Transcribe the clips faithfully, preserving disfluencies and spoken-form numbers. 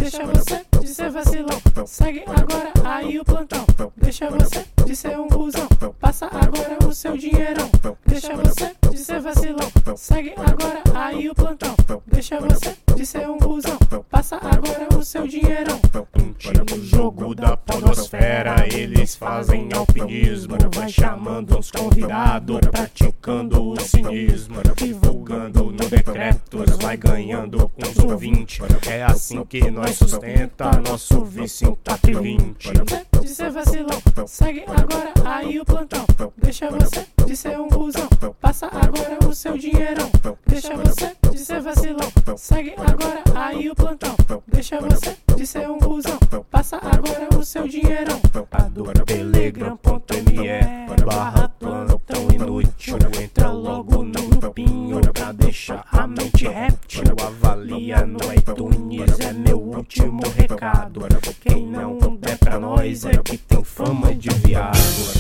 deixa você de ser vacilão. Segue agora aí o plantão. Deixa você de ser um cuzão. Passa agora o seu dinheirão. Deixa você de ser vacilão. Segue agora aí o plantão. Deixa você de ser um cuzão. Passa agora o seu dinheirão. No jogo da podosfera eles fazem alpinismo. Vai chamando uns convidados, praticando o cinismo, divulgando no decretos, vai ganhando uns ouvintes. É assim que nós sustenta nosso vício em top vinte. De ser vacilão, segue agora aí o plantão. Deixa você de ser um cuzão. Passa agora o seu dinheirão. Deixa você de ser vacilão. Segue agora aí o plantão. Deixa você de ser um cuzão. Passa agora o seu dinheirão. A do telegram.me barra plantão inútil. Entra logo no grupinho pra deixar a mente réptil. Avalia no iTunes, é meu último recado. Quem não der pra nós é que tem fama de viado.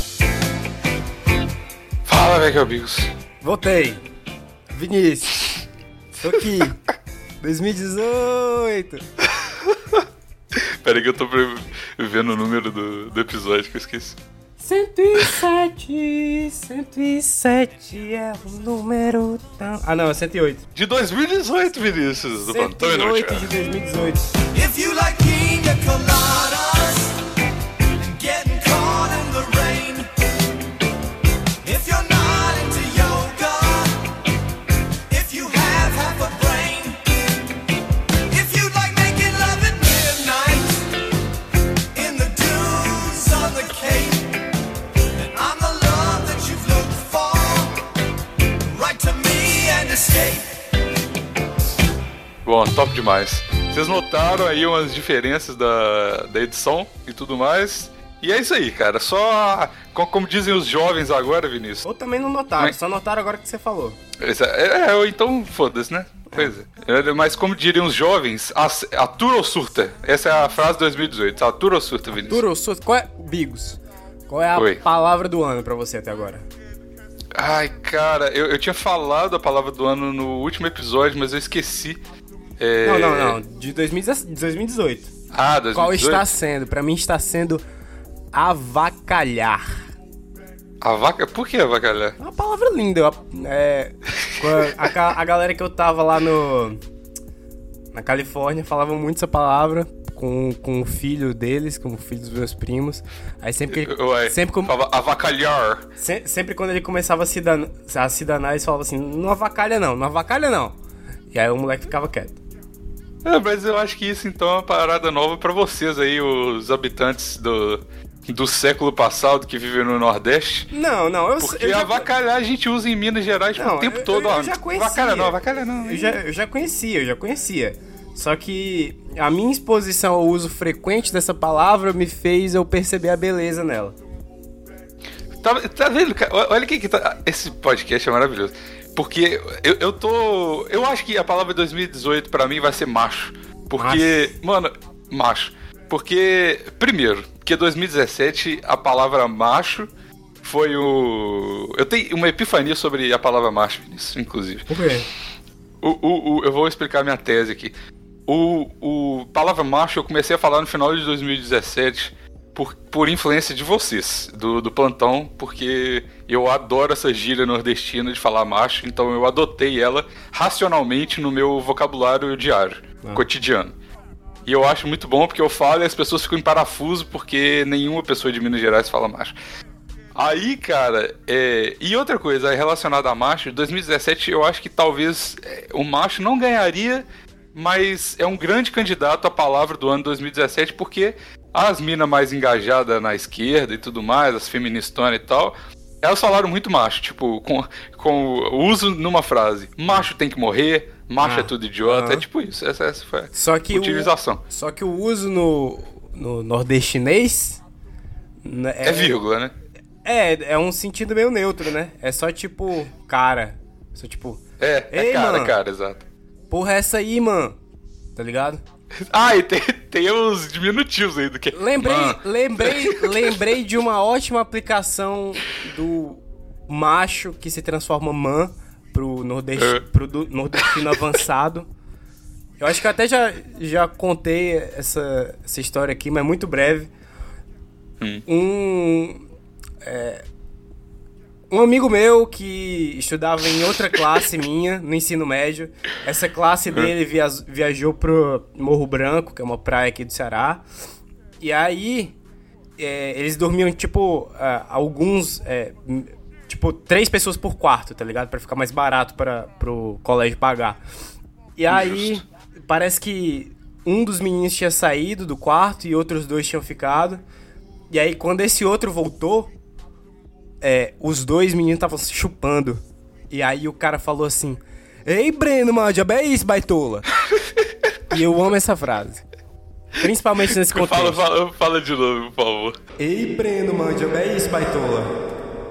Fala, velho, amigos. Voltei. Vinícius. Tô aqui. dois mil e dezoito. Pera aí que eu tô vendo o número do, do episódio que eu esqueci. cento e sete, cento e sete é o número tão... Ah não, é cento e oito. De dois mil e dezoito, Vinícius. Do cento e oito de dois mil e dezoito. If you like pina coladas and getting caught in the rain, if you're not into yoga, if you have half a brain, if you like making love at midnight in the dunes on the Cape, then I'm the love that you've looked for. Write to me and escape. Bom, top demais. Vocês notaram aí umas diferenças da, da edição e tudo mais. E é isso aí, cara. Só, como dizem os jovens agora, Vinícius. Ou também não notaram, Mas... só notaram agora que você falou. É, é, então foda-se, né? Pois é. Mas como diriam os jovens, atura ou surta? Essa é a frase de dois mil e dezoito. Atura ou surta, Vinícius? Atura ou surta? Qual é... Bigos. Qual é a Oi. palavra do ano pra você até agora? Ai, cara, eu, eu tinha falado a palavra do ano no último episódio, mas eu esqueci. É... Não, não, não. De dois mil e dezoito. Ah, dois mil e dezoito. Qual está sendo? Pra mim está sendo avacalhar. A vaca? Por que avacalhar? É uma palavra linda. Eu, é, a, a galera que eu tava lá no na Califórnia falava muito essa palavra com, com o filho deles, com o filho dos meus primos. Aí sempre que ele, Ué, sempre como, avacalhar. Se, sempre quando ele começava a se, dan, a se danar, eles falavam assim: não avacalha não, não avacalha não. E aí o moleque ficava quieto. É, mas eu acho que isso então é uma parada nova pra vocês aí, os habitantes do, do século passado que vivem no Nordeste. Não, não, eu Porque eu já... avacalhar a gente usa em Minas Gerais não, o tempo eu, todo. Eu, ó, eu já conhecia. Avacalha não, avacalha não. Eu já, eu já conhecia, eu já conhecia. Só que a minha exposição ao uso frequente dessa palavra me fez eu perceber a beleza nela. Tá, tá vendo, cara? Olha o que que tá... Esse podcast é maravilhoso. Porque eu, eu tô... Eu acho que a palavra dois mil e dezoito pra mim vai ser macho. Porque, macho. mano, macho. Porque, primeiro, porque dois mil e dezessete a palavra macho foi o... Eu tenho uma epifania sobre a palavra macho, Vinícius, inclusive. Por quê? O, o, o, eu vou explicar minha tese aqui. O, o palavra macho eu comecei a falar no final de dois mil e dezessete... Por, por influência de vocês, do, do plantão, porque eu adoro essa gíria nordestina de falar macho, então eu adotei ela racionalmente no meu vocabulário diário, ah. cotidiano. E eu acho muito bom porque eu falo e as pessoas ficam em parafuso porque nenhuma pessoa de Minas Gerais fala macho. Aí, cara, é... e outra coisa relacionada a macho, em dois mil e dezessete eu acho que talvez é, o macho não ganharia, mas é um grande candidato à palavra do ano dois mil e dezessete porque... As minas mais engajadas na esquerda e tudo mais, as feministonas e tal, elas falaram muito macho, tipo, com, com o uso numa frase. Macho tem que morrer, macho ah, é tudo idiota, uh-huh. é tipo isso, essa, essa foi a só que utilização. O, só que o uso no, no nordestinês... É, é vírgula, né? É, é um sentido meio neutro, né? É só tipo, cara, só tipo... É, é cara, mano, cara, exato. Porra, essa aí, mano, tá ligado? Ah, e tem, tem uns diminutivos aí do que... Lembrei, lembrei, lembrei de uma ótima aplicação do macho que se transforma man pro, nordesti, é. pro do, nordestino avançado. Eu acho que eu até já, já contei essa, essa história aqui, mas muito breve. Hum. Um... é, um amigo meu que estudava em outra classe minha, no ensino médio. Essa classe dele via, viajou pro Morro Branco, que é uma praia aqui do Ceará. E aí, é, eles dormiam, tipo, é, alguns... É, tipo, três pessoas por quarto, tá ligado? Pra ficar mais barato para pro colégio pagar. E aí, Justo. parece que um dos meninos tinha saído do quarto e outros dois tinham ficado. E aí, quando esse outro voltou, é, os dois meninos estavam se chupando. E aí o cara falou assim: Ei, Breno, mano, já é isso, baitola? E eu amo essa frase. Principalmente nesse contexto. Fala, fala, fala de novo, por favor. Ei, Breno, mano, já é isso, baitola?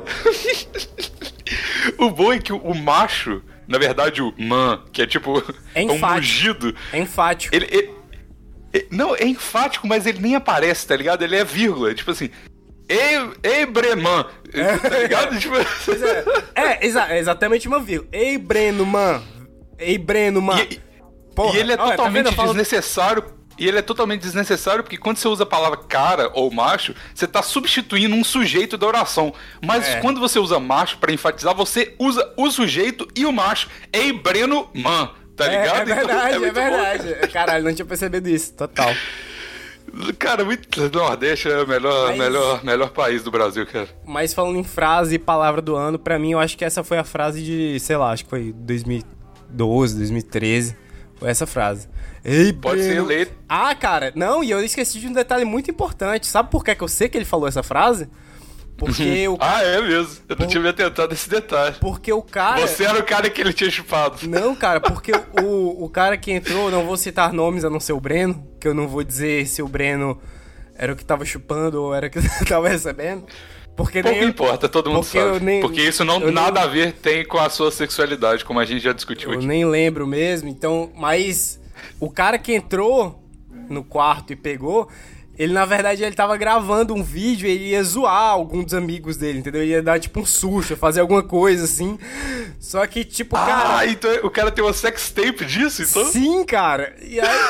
O bom é que o, o macho, na verdade o man, que é tipo É um enfático. mugido, É enfático. ele, ele- ele- não, é enfático, mas ele nem aparece, tá ligado? Ele é vírgula, tipo assim, ei, ei Breman, tá ligado? Tipo, Pois é, é, exa- é exatamente uma vírgula. Ei, Breno, man. Ei, Breno, man. E, Porra, e ele é olha, tá totalmente vendo? Eu falo- desnecessário. E ele é totalmente desnecessário porque quando você usa a palavra cara ou macho, você tá substituindo um sujeito da oração. Mas É. quando você usa macho pra enfatizar, você usa o sujeito e o macho. Ei, Breno, man. Tá É, ligado? é Então, verdade, é, muito bom. verdade. Caralho, não tinha percebido isso, total. Cara, muito. Nordeste é o melhor, Mas- melhor, melhor país do Brasil, cara. Mas falando em frase e palavra do ano, pra mim eu acho que essa foi a frase de, sei lá, acho que foi dois mil e doze, dois mil e treze. Foi essa frase. Ei, Pode ser Breno. eleito. Ah, cara, não, e eu esqueci de um detalhe muito importante. Sabe por que que eu sei que ele falou essa frase? Porque o, Ah, é mesmo. Eu não tinha me atentado nesse detalhe. porque o cara... Você era o cara que ele tinha chupado. Não, cara, porque o, o cara que entrou, não vou citar nomes a não ser o Breno, que eu não vou dizer se o Breno era o que tava chupando ou era o que tava recebendo. Porque Pouco nem eu- importa, todo mundo porque sabe. eu nem- porque isso não eu nem- nada a ver tem com a sua sexualidade, como a gente já discutiu Eu aqui. nem lembro mesmo, então, mas o cara que entrou no quarto e pegou, ele na verdade ele tava gravando um vídeo, ele ia zoar algum dos amigos dele, entendeu? Ele ia dar tipo um susto, fazer alguma coisa assim. Só que tipo, Ah, cara, então o cara tem uma sex tape disso, então? sim, cara. E aí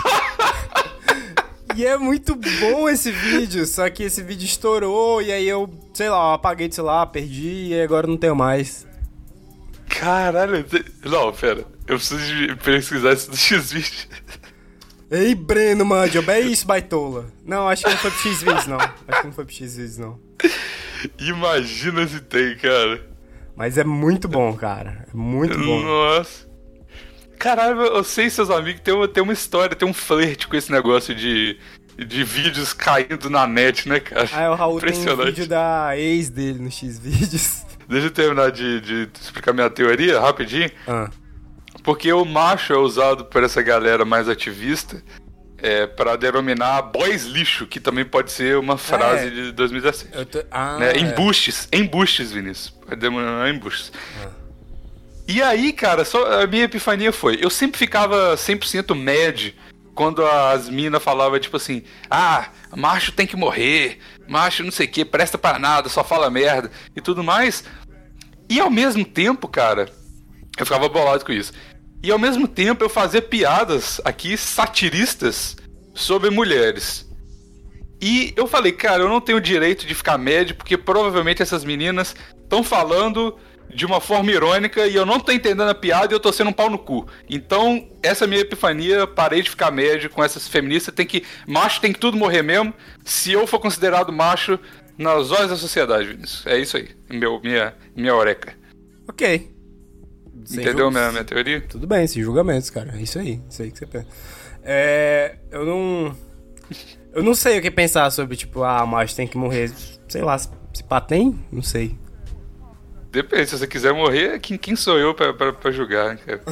E é muito bom esse vídeo, só que esse vídeo estourou e aí eu, sei lá, eu apaguei do celular, perdi e agora não tenho mais. Caralho, te- não, pera. Eu preciso de pesquisar isso do X-Vídeo. Ei, Breno, mano, é isso, baitola. Não, acho que não foi pro X-Vídeos, não. Acho que não foi pro X-Vídeos, não. Imagina se tem, cara. Mas é muito bom, cara. É muito bom. Nossa. Caralho, eu sei seus amigos tem uma, tem uma história, tem um flerte com esse negócio de, de vídeos caindo na net, né, cara? Ah, o Raul tem um Impressionante. vídeo da ex dele no X-Vídeos. Deixa eu terminar de, de explicar minha teoria rapidinho. Ah. Porque o macho é usado por essa galera mais ativista é, para denominar boys lixo, que também pode ser uma frase é. de dois mil e dezessete. Eu tô... Ah, Né? é. Embustes, embustes, Vinícius. Pode denominar embustes. E aí, cara, só a minha epifania foi, eu sempre ficava cem por cento mad quando as minas falavam, tipo assim, ah, macho tem que morrer, macho não sei o que, presta pra nada, só fala merda e tudo mais. E ao mesmo tempo, cara, eu ficava bolado com isso. E ao mesmo tempo eu fazia piadas aqui satiristas sobre mulheres. E eu falei, cara, eu não tenho direito de ficar mad, porque provavelmente essas meninas estão falando de uma forma irônica e eu não tô entendendo a piada e eu tô sendo um pau no cu. Então, essa é a minha epifania, parei de ficar mad com essas feministas, tem que, macho tem que tudo morrer mesmo, se eu for considerado macho nas olhos da sociedade, Vinícius. É isso aí, meu, minha, minha eureka. Ok. Sem Entendeu julg- minha, minha teoria? Tudo bem, sem julgamentos, cara. É isso aí. Isso aí que você pensa. É... Eu não... Eu não sei o que pensar sobre, tipo, ah, macho tem que morrer. Sei lá, se se pá tem? Não sei. Depende, se você quiser morrer, quem, quem sou eu pra, pra, pra julgar, né, cara?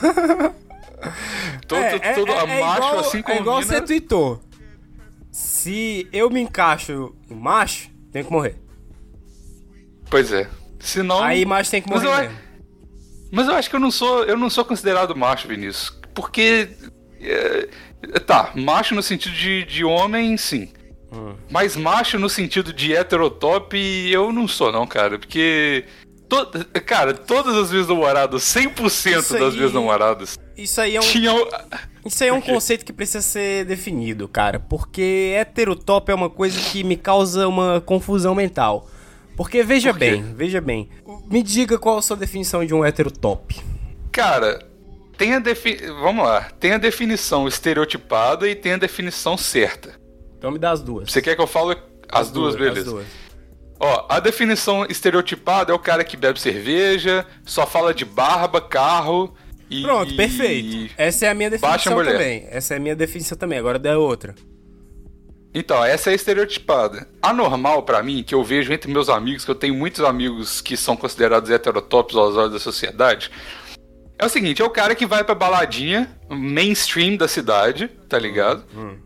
todo É, é- todo é- é macho, igual, assim como é igual mina- você tweetou. Se eu me encaixo no macho, tenho que morrer. Pois é. Se não... Aí macho tem que Mas morrer eu- mesmo. Mas eu acho que eu não sou, eu não sou considerado macho, Vinícius. Porque. é, tá, macho no sentido de, de homem, sim. Hum. Mas macho no sentido de heterotop, eu não sou, não, cara. Porque. To, cara, todas as minhas namoradas, cem por cento Isso das aí- minhas namoradas. isso aí é um, Tinha. o- isso aí é um Por quê? conceito que precisa ser definido, cara. Porque heterotop é uma coisa que me causa uma confusão mental. Porque, veja Por quê? bem, veja bem. Me diga qual a sua definição de um heterotop. Cara, tem a defi... Vamos lá. Tem a definição estereotipada e tem a definição certa. Então me dá as duas. Você quer que eu fale as, duas, beleza? As duas. Ó, a definição estereotipada é o cara que bebe cerveja, só fala de barba, carro e. Pronto, perfeito. Essa é a minha Baixa definição mulher. também. Essa é a minha definição também. Agora dá outra. Então, essa é a estereotipada. A normal pra mim, que eu vejo entre meus amigos, que eu tenho muitos amigos que são considerados heterotops aos olhos da sociedade, é o seguinte, é o cara que vai pra baladinha mainstream da cidade, tá ligado?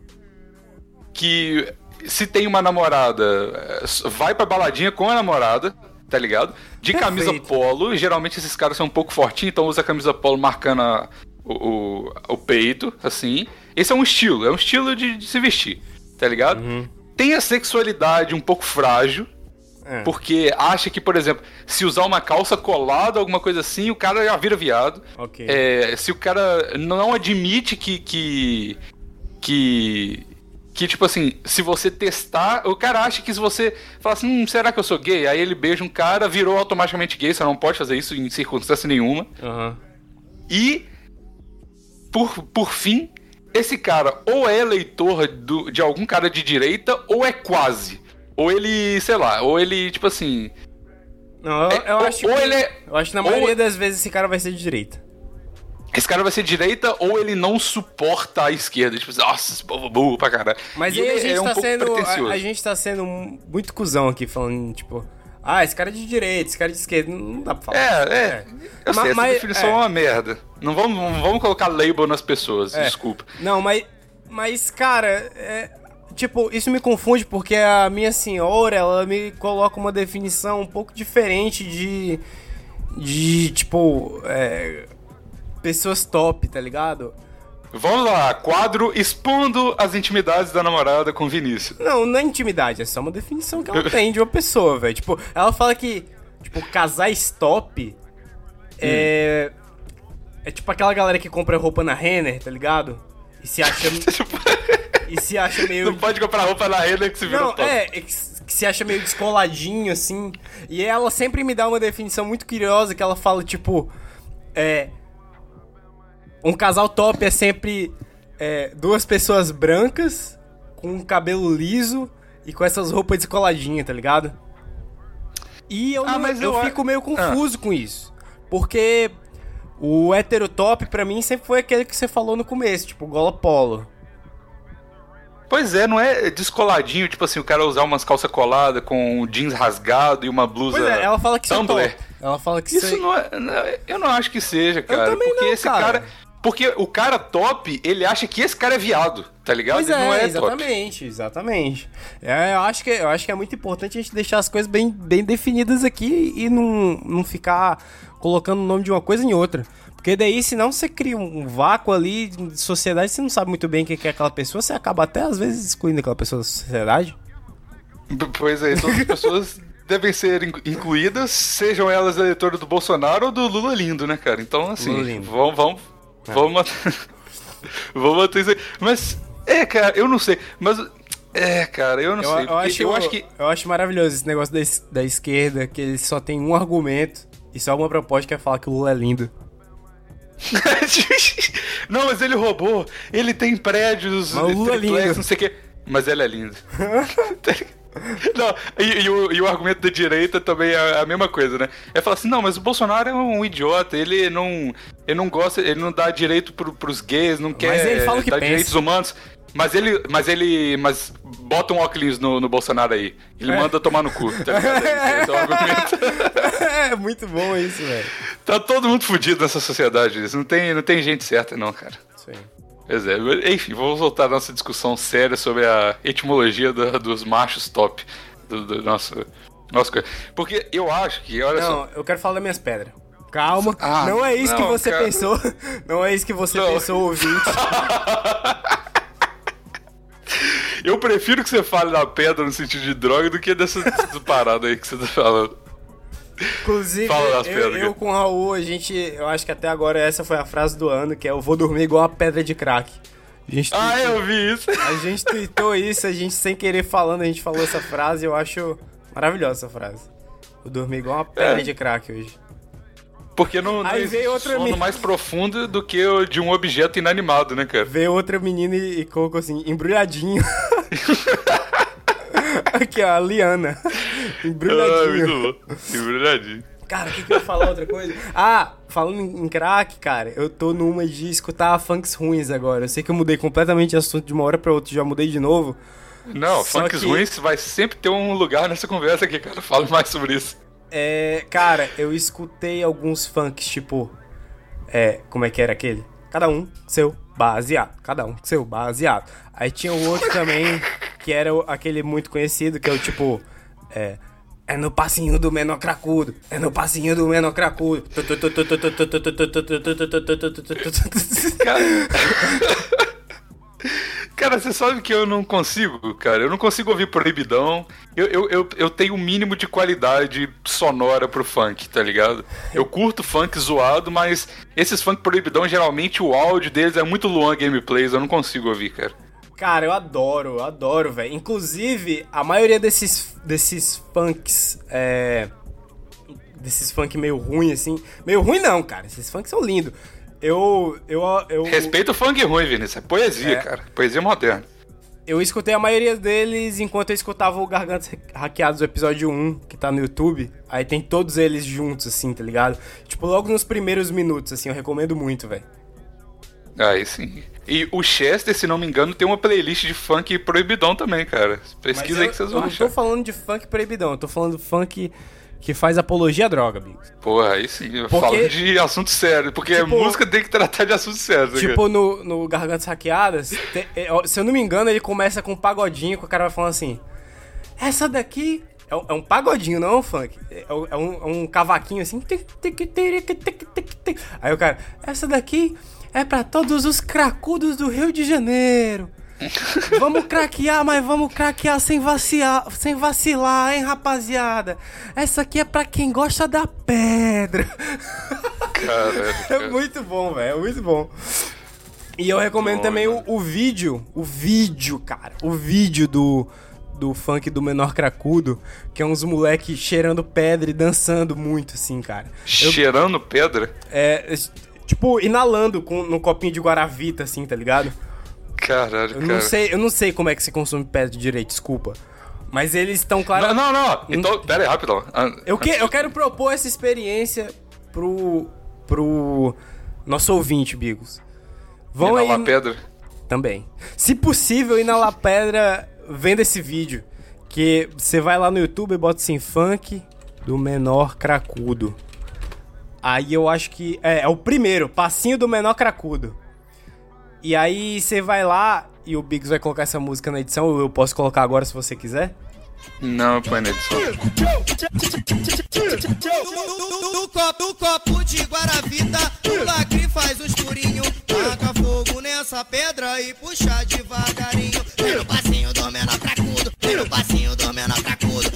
Que se tem uma namorada, eh, vai pra baladinha com a namorada, tá ligado? De Perfeito. camisa polo, e geralmente esses caras são um pouco fortinhos, então usa a camisa polo marcando a- o, o, o peito, assim. Esse é um estilo, é um estilo de, de se vestir, tá ligado? Tem a sexualidade um pouco frágil, É. porque acha que, por exemplo, se usar uma calça colada, alguma coisa assim, o cara já vira viado. Ok. É, se o cara não admite que, que. que. que, tipo assim, se você testar, o cara acha que se você falar assim, hum, será que eu sou gay? Aí ele beija um cara, virou automaticamente gay, você não pode fazer isso em circunstância nenhuma. Aham. E, por, por fim, esse cara ou é eleitor do- de algum cara de direita, ou é quase. Ou ele, sei lá, ou ele, tipo assim. Não, eu, É, eu ou- acho ou que, ele é- eu acho que na ou- maioria das vezes esse cara vai ser de direita. Esse cara vai ser direita ou ele não suporta a esquerda. Tipo assim, nossa, esse povo burro pra caralho. Mas E aí a ele gente, é um tá pouco sendo, pretencioso. a, a gente tá sendo muito cuzão aqui, falando, tipo... Ah, esse cara é de direita, esse cara é de esquerda. Não dá pra falar. É, é. Eu Ma- sei, essa mas- definição é. é. uma merda. Não vamos, não vamos colocar label nas pessoas, É. desculpa. Não, mas... Mas, cara, é, tipo, isso me confunde porque a minha senhora, ela me coloca uma definição um pouco diferente de... De, tipo... É, pessoas top, tá ligado? Vamos lá, quadro expondo as intimidades da namorada com Vinícius. Não, não é intimidade, é só uma definição que ela tem de uma pessoa, velho. Tipo, ela fala que, tipo, casais top é. É tipo aquela galera que compra roupa na Renner, tá ligado? E se acha. e se acha meio. Não pode comprar roupa na renda que se vira Não, top. é, é que que se acha meio descoladinho, assim. E ela sempre me dá uma definição muito curiosa que ela fala, tipo. É. Um casal top é sempre é, duas pessoas brancas, com um cabelo liso e com essas roupas descoladinhas, tá ligado? E eu, Ah, não- mas eu eu a- fico meio confuso com isso. Porque o heterotop, pra mim, sempre foi aquele que você falou no começo, tipo, gola polo. Pois é, não é descoladinho, tipo assim, o cara usar umas calças coladas com um jeans rasgado e uma blusa. Pois é, ela fala que isso é Tumblr. top. Ela fala que Isso aí- não é. não, eu não acho que seja, cara. também porque não, esse cara. cara. Porque o cara top, ele acha que esse cara é viado, tá ligado? Pois Ele é, não é top. exatamente, exatamente. É, eu, acho que, eu acho que é muito importante a gente deixar as coisas bem, bem definidas aqui e não, não ficar colocando o nome de uma coisa em outra. Porque daí, senão você cria um vácuo ali de sociedade, você não sabe muito bem o que é aquela pessoa, você acaba até às vezes excluindo aquela pessoa da sociedade. Pois é, todas as pessoas devem ser in- incluídas, sejam elas eleitoras do Bolsonaro ou do Lula lindo, né, cara? Então, assim, Lula lindo. vamos, vamos, vamos manter, vamos manter isso aí. Mas, é, cara, eu não sei, mas, é, cara, eu não Eu, sei. eu porque acho, eu acho que, eu acho maravilhoso esse negócio da, es- da esquerda, que eles só tem um argumento e só uma proposta que é falar que o Lula é lindo. não, mas ele roubou, ele tem prédios, Mas o Lula é triplex, lindo. não sei o que, mas ele é lindo. Não, e, e o, e o argumento da direita também é a mesma coisa, né? É falar assim, não, mas o Bolsonaro é um idiota, ele não, ele não gosta, ele não dá direito pro, pros gays, não quer ele fala o que dar pensa. direitos humanos. Mas ele, mas ele, mas bota um óculos no, no Bolsonaro aí. Ele É. manda tomar no cu, tá ligado? Esse é o argumento. É muito bom isso, velho. Tá todo mundo fudido nessa sociedade, isso. Não tem, não tem gente certa não, cara. Isso aí. Pois é, enfim, vamos voltar à nossa discussão séria sobre a etimologia do- dos machos top do, do nosso, nosso coisa. Porque eu acho que, olha só. Não, eu quero falar das minhas pedras. Calma, Ah, não é isso que não, você cara. pensou. Não é isso que você Não. pensou, ouvinte. Eu prefiro que você fale da pedra no sentido de droga do que dessa, dessa parada aí que você tá falando. Inclusive, Fala das eu, pedras, eu cara. com o Raul, a gente, eu acho que até agora essa foi a frase do ano, que é eu vou dormir igual uma pedra de crack. A gente, Ah, tweetou, eu vi isso. a gente tweetou isso, a gente sem querer falando, a gente falou essa frase, eu acho maravilhosa essa frase. Vou dormir igual uma pedra É. de crack hoje. Porque não, não Aí existe veio outra sono mina. mais profundo do que o de um objeto inanimado, né, cara? Veio outra menina e, e colocou assim, embrulhadinho. Aqui, ó, a Liana. Ah, Embrulhadinho. muito bom. Embrulhadinho. Cara, o que, que eu ia falar outra coisa? Ah, falando em, em crack, cara, eu tô numa de escutar funks ruins agora. Eu sei que eu mudei completamente de assunto de uma hora pra outra, já mudei de novo. Não, Só funks que- ruins vai sempre ter um lugar nessa conversa aqui, cara. Fala mais sobre isso. É, cara, eu escutei alguns funks, tipo. É, como é que era aquele? Cada um seu baseado. Cada um seu baseado. Aí tinha o outro também, que era o- aquele muito conhecido, que é o tipo. É. É no passinho do menor cracudo. É no passinho do menor cracudo. Cara... Cara, você sabe que eu não consigo, cara. Eu não consigo ouvir proibidão. Eu, eu, eu, eu tenho um mínimo de qualidade sonora pro funk, tá ligado? Eu curto funk zoado, mas esses funk proibidão, geralmente o áudio deles é muito Luan Gameplays. Eu não consigo ouvir, cara. Cara, eu adoro, eu adoro, velho. Inclusive, a maioria desses, desses funks, é... Desses funk meio ruim, assim... Meio ruim não, cara. Esses funks são lindos. Eu... eu, eu Respeita o funk ruim, Vinícius. É poesia, É. cara. Poesia moderna. Eu escutei a maioria deles enquanto eu escutava o Gargantas Hackeados, o episódio um, que tá no YouTube. Aí tem todos eles juntos, assim, tá ligado? Tipo, logo nos primeiros minutos, assim, eu recomendo muito, velho. Aí sim. E o Chester, se não me engano, tem uma playlist de funk proibidão também, cara. Pesquisa aí que vocês eu vão não achar. tô falando de funk proibidão, eu tô falando de funk que faz apologia à droga, amigos. Porra, aí sim. Porque- Falando de assunto sério. Porque Tipo- música tem que tratar de assunto sério. né, Tipo, no, no Gargantas Hackeadas, te- é, ó, se eu não me engano, ele começa com um pagodinho, que o cara vai falando assim: essa daqui é um, é um pagodinho, não é um funk. É, um, é um- é um cavaquinho assim. tic, tic, tic, tic, tic, tic, tic. Aí o cara, essa daqui é pra todos os cracudos do Rio de Janeiro. Vamos craquear, mas vamos craquear sem vacilar, sem vacilar, hein, rapaziada. Essa aqui é pra quem gosta da pedra. Caralho, É cara. muito bom, velho, é muito bom. E eu recomendo Bom, também o, mano. o vídeo, o vídeo, cara, o vídeo do, do funk do Menor Cracudo, que é uns moleque cheirando pedra e dançando muito, assim, cara. Eu, Cheirando pedra? é, é, tipo, inalando com, no copinho de Guaravita, assim, tá ligado? Caralho, Eu cara. não sei, eu não sei como é que se consome pedra direito, desculpa. Mas eles estão, claro... Não, não, não. Então, pera aí, rapidão. Ah, Eu, que, eu quero propor essa experiência pro, pro nosso ouvinte, Bigos. Vão aí... inalar pedra? Também. Se possível, inalar pedra vendo esse vídeo. Que você vai lá no YouTube e bota assim, funk do Menor Cracudo. Aí eu acho que... É, é o primeiro, passinho do Menor Cracudo. E aí você vai lá e o Biggs vai colocar essa música na edição. Ou eu posso colocar agora se você quiser. Não, põe na edição. No copo, no copo de Guaravita, o lacre faz um escurinho. Taca fogo nessa pedra e puxa devagarinho. Vem no passinho do menor cracudo, vem no passinho do menor cracudo.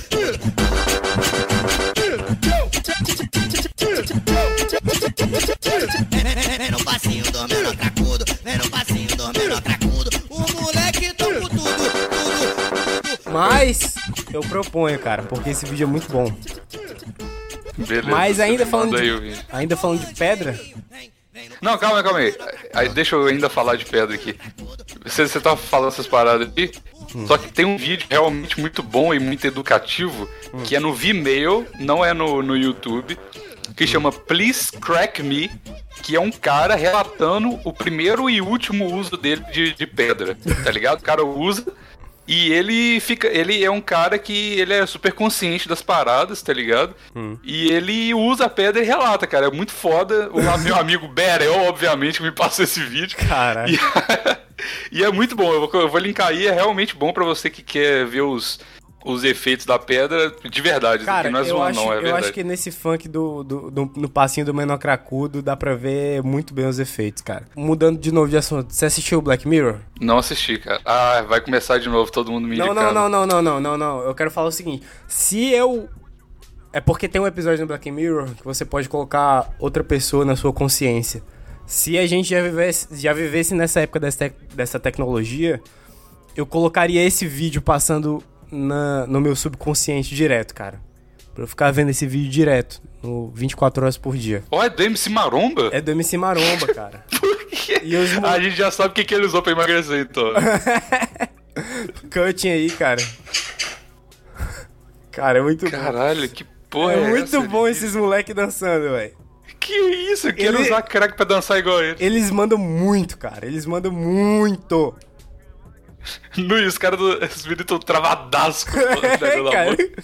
Vem no passinho do menor cracudo, vem no passinho do menor cracudo. O moleque tão com tudo, tudo, tudo. Mas eu proponho, cara, porque esse vídeo é muito bom. Beleza. Mas ainda você falando manda aí de, o vídeo. ainda falando de pedra... Não, calma aí, calma aí. Aí deixa eu ainda falar de pedra aqui. Você, você tá falando essas paradas aqui, só que tem um vídeo realmente muito bom e muito educativo, que é no Vimeo, não é no, no YouTube, que chama Please Crack Me, que é um cara relatando o primeiro e último uso dele de, de pedra, tá ligado? O cara usa e ele fica, ele é um cara que ele é super consciente das paradas, tá ligado? E ele usa a pedra e relata, cara, é muito foda. O meu amigo Berel, obviamente, me passou esse vídeo. Caralho. E, e é muito bom, eu vou, eu vou linkar aí, é realmente bom pra você que quer ver os, os efeitos da pedra de verdade. Isso Cara, aqui não é eu, zoando, acho, não, é eu verdade. acho que nesse funk do, do, do- no passinho do Menor Cracudo dá pra ver muito bem os efeitos, cara. Mudando de novo de assunto, você assistiu o Black Mirror? Não assisti, cara. Ah, vai começar de novo, todo mundo me Não, indicando. não, não, não, não, não, não, não. Eu quero falar o seguinte: se eu É porque tem um episódio no Black Mirror que você pode colocar outra pessoa na sua consciência. Se a gente já vivesse, já vivesse nessa época dessa, tec- dessa tecnologia, eu colocaria esse vídeo passando na, no meu subconsciente direto, cara. Pra eu ficar vendo esse vídeo direto, no vinte e quatro horas por dia. Ó, é do M C Maromba? É do M C Maromba, cara. Por quê? E os mo- A gente já sabe o que, que ele usou pra emagrecer, então. Cutting aí, cara. Cara, é muito bom. Caralho, que porra É é, muito essa, bom gente? esses moleques dançando, velho. Que isso? Eu quero Ele- usar crack pra dançar igual ele. Eles mandam muito, cara. Eles mandam muito. No, e os caras do. Os meninos tão travadaços com o É, negócio da cara. boca.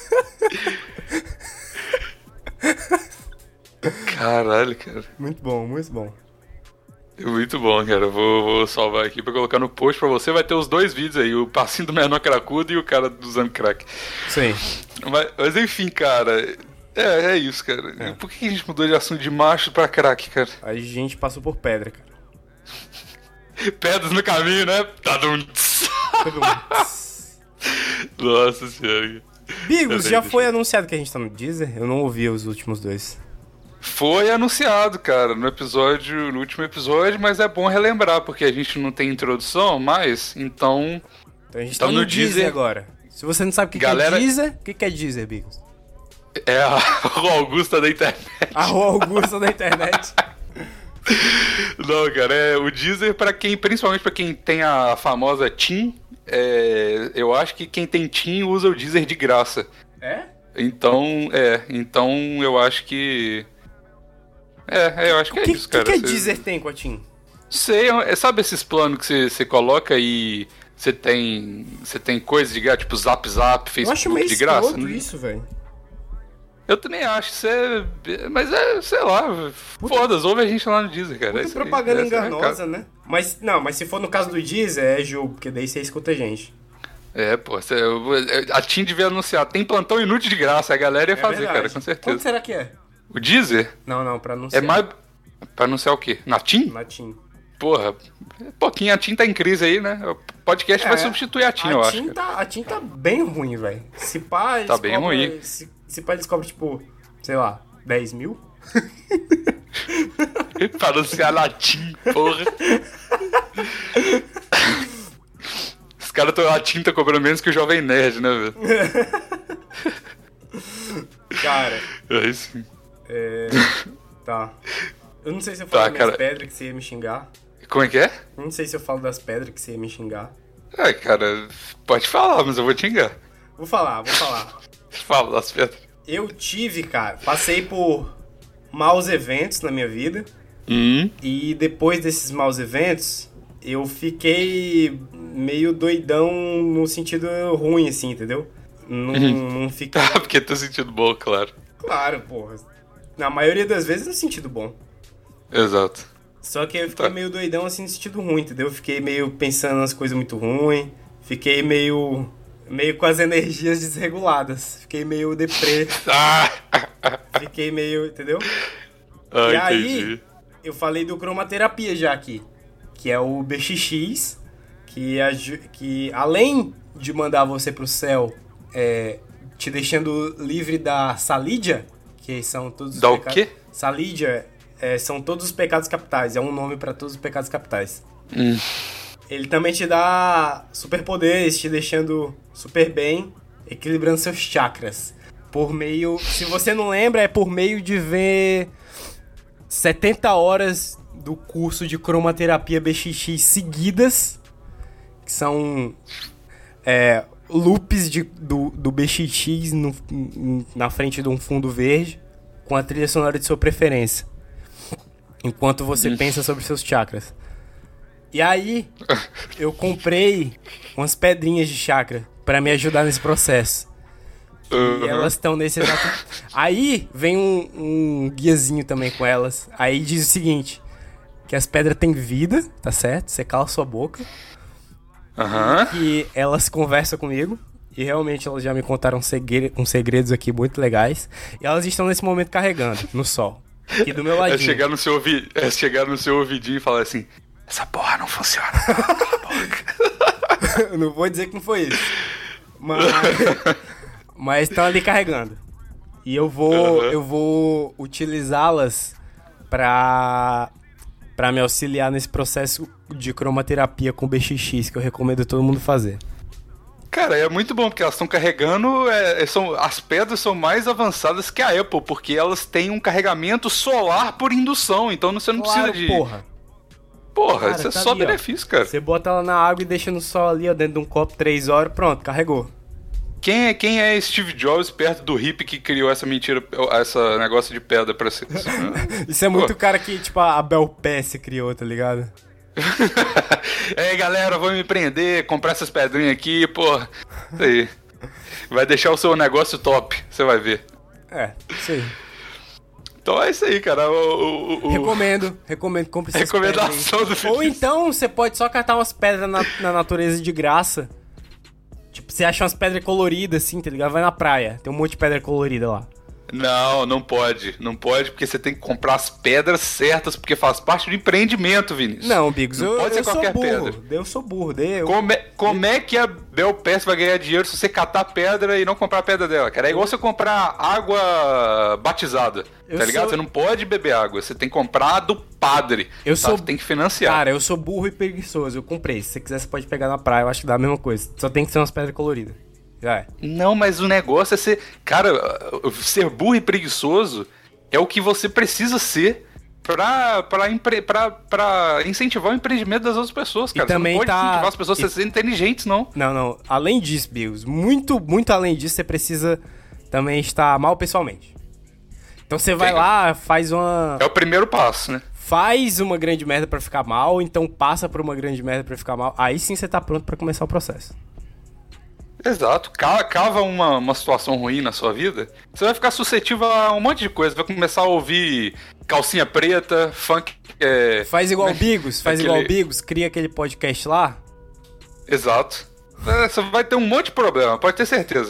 Caralho, cara. Muito bom, muito bom. Muito bom, cara. Eu Vou, vou salvar aqui pra colocar no post pra você. Vai ter os dois vídeos aí: o passinho do menor cracudo e o cara usando crack. Sim. Mas, mas enfim, cara. É, é isso, cara. É. Por que a gente mudou de assunto de macho pra crack, cara? A gente passou por pedra, cara. Pedras no caminho, né? Tadum. Todo mundo. Nossa senhora. Bigos, Peraí, já deixa foi eu- anunciado que a gente tá no Deezer? Eu não ouvi os últimos dois. Foi anunciado, cara, no episódio, no último episódio, mas é bom relembrar, porque a gente não tem introdução mais, então. Então a gente Tá tá no, no Deezer, Deezer. agora. Se você não sabe o que, Galera- que é Deezer, o que, que é Deezer, Bigos? É a Augusta da internet. A Rua Augusta da internet. Não, cara, é o Deezer pra quem, principalmente pra quem tem a famosa TIM, é, eu acho que quem tem TIM usa o Deezer de graça. É? Então, é, então eu acho que. É, é, eu acho que O é que, isso, que, cara. que a Cê- Deezer tem com a TIM? Sei, é- sabe esses planos que você- você coloca e você tem, você tem coisa de graça, tipo Zap Zap, Eu acho Facebook meio de graça? escroto né? isso, velho. Eu também acho, isso é. Mas é, sei lá, foda-se, ouve a gente lá no Deezer, cara. é Muita isso aí, propaganda essa é a enganosa, né? Mas, não, mas se for no caso do Deezer, é jogo, porque daí você escuta a gente. É, pô, cê- a TIM devia anunciar, tem plantão inútil de graça, a galera ia É fazer, verdade. cara, com Quanto certeza. será que é? O Deezer Não, não, pra anunciar. é mais. Pra anunciar o quê? Na TIM? Na TIM. Porra, é pouquinho, a TIM tá em crise aí, né? O podcast vai É, substituir a TIM, eu a acho. TIM cara. tá, a TIM tá bem ruim, velho. Se pá, eles Tá bem cobram- ruim. Se, se pá, eles cobram, tipo, sei lá, dez mil? Pra anunciar na TIM, porra. Os caras tão a TIM tá cobrando menos que o Jovem Nerd, né, velho? Cara, Aí sim. é... tá. Eu não sei se eu falo Tá, das minhas cara. pedras que você ia me xingar. Como é que é? Eu não sei se eu falo das pedras que você ia me xingar. Ai, cara, pode falar, mas eu vou te xingar. Vou falar, vou falar. Fala das pedras. Eu tive, cara, passei por maus eventos na minha vida. Hum, E depois desses maus eventos, eu fiquei meio doidão no sentido ruim, assim, entendeu? Não, não fiquei... tá, porque tô sentindo bom, claro. Claro, porra. Na maioria das vezes no sentido bom. Exato. Só que eu fiquei Tá. meio doidão, assim, no sentido ruim, entendeu? Fiquei meio pensando nas coisas muito ruins. Fiquei meio... Meio com as energias desreguladas. Fiquei meio deprê. Ah, Fiquei meio... Entendeu? ah E entendi. aí, eu falei do cromaterapia já aqui, que é o B X X, que, aju- que além de mandar você pro céu, é, te deixando livre da salídia, que são todos os Da o peca- quê? Salídia é, são todos os pecados capitais, é um nome para todos os pecados capitais. Hum. Ele também te dá superpoderes, te deixando super bem, equilibrando seus chakras. Por meio... Se você não lembra, é por meio de ver setenta horas do curso de cromaterapia B X X seguidas, que são é, loops de, do, do B X X no, na frente de um fundo verde, com a trilha sonora de sua preferência, enquanto você pensa sobre seus chakras. E aí, eu comprei umas pedrinhas de chakra pra me ajudar nesse processo. E Uhum. elas estão nesse exato... Aí vem um, um guiazinho também com elas. Aí diz o seguinte, que as pedras têm vida, tá certo? Você cala sua boca. Aham. Que elas conversam comigo. E realmente elas já me contaram segre- uns segredos aqui muito legais. E elas estão nesse momento carregando, no sol. Aqui do meu É ladinho. chegar no seu ouvi... é chegar no seu ouvidinho e falar assim: essa porra não funciona. Cala a boca. Eu não vou dizer que não foi isso. Mas... Mas estão ali carregando. E eu vou, Uhum. eu vou utilizá-las pra, pra me auxiliar nesse processo de cromaterapia com B X X, que eu recomendo todo mundo fazer. Cara, é muito bom, porque elas estão carregando. É, são, as pedras são mais avançadas que a Apple, porque elas têm um carregamento solar por indução, então você não Claro, precisa de. porra. Porra, Cara, isso é tá só ali, ó. benefício, cara. Você bota ela na água e deixa no sol ali, ó, dentro de um copo, três horas, pronto, carregou. Quem é, quem é Steve Jobs perto do hippie que criou essa mentira, essa negócio de pedra pra ser. Isso é muito Pô. cara que, tipo, a Bel Pesce criou, tá ligado? Ei, galera, vamos me prender, comprar essas pedrinhas aqui, pô. Isso aí. Vai deixar o seu negócio top, você vai ver. É, isso aí. Então é isso aí, cara. O, o, o- Recomendo, recomendo, compre essas Recomendação pedras do aí. Ou Vinícius. então, você pode só catar umas pedras na, na natureza de graça. Tipo, você acha umas pedras coloridas, assim, tá ligado? Vai na praia, tem um monte de pedra colorida lá. Não, não pode. Não pode, porque você tem que comprar as pedras certas, porque faz parte do empreendimento, Vinícius. Não, Bigos, Não eu, pode ser eu sou qualquer burro. pedra. Eu sou burro, daí eu... Como é, como é que a Bel Pass vai ganhar dinheiro se você catar pedra e não comprar a pedra dela, cara? É igual você comprar água batizada, Eu tá ligado? sou- Você não pode beber água, você tem que comprar do padre. Eu tá? sou- Você tem que financiar. Cara, eu sou burro e preguiçoso, eu comprei. Se você quiser, você pode pegar na praia, eu acho que dá a mesma coisa. Só tem que ser umas pedras coloridas. Já é. Não, mas o negócio é ser... Cara, ser burro e preguiçoso é o que você precisa ser pra, pra, empre... pra, pra incentivar o empreendimento das outras pessoas, cara. também você não pode tá- incentivar as pessoas a e- serem inteligentes, não. Não, não. Além disso, Bigos, muito, muito além disso, você precisa também estar mal pessoalmente. Então você vai Sim. lá, faz uma... É o primeiro passo, né? Faz uma grande merda pra ficar mal, então passa por uma grande merda pra ficar mal. Aí sim você tá pronto pra começar o processo. Exato. Ca- Cava uma, uma situação ruim na sua vida, você vai ficar suscetível a um monte de coisa. Vai começar a ouvir calcinha preta, funk... É... Faz igual o né? Bigos, faz Aquele- igual o Bigos, cria aquele podcast lá. Exato. É, você vai ter um monte de problema, pode ter certeza.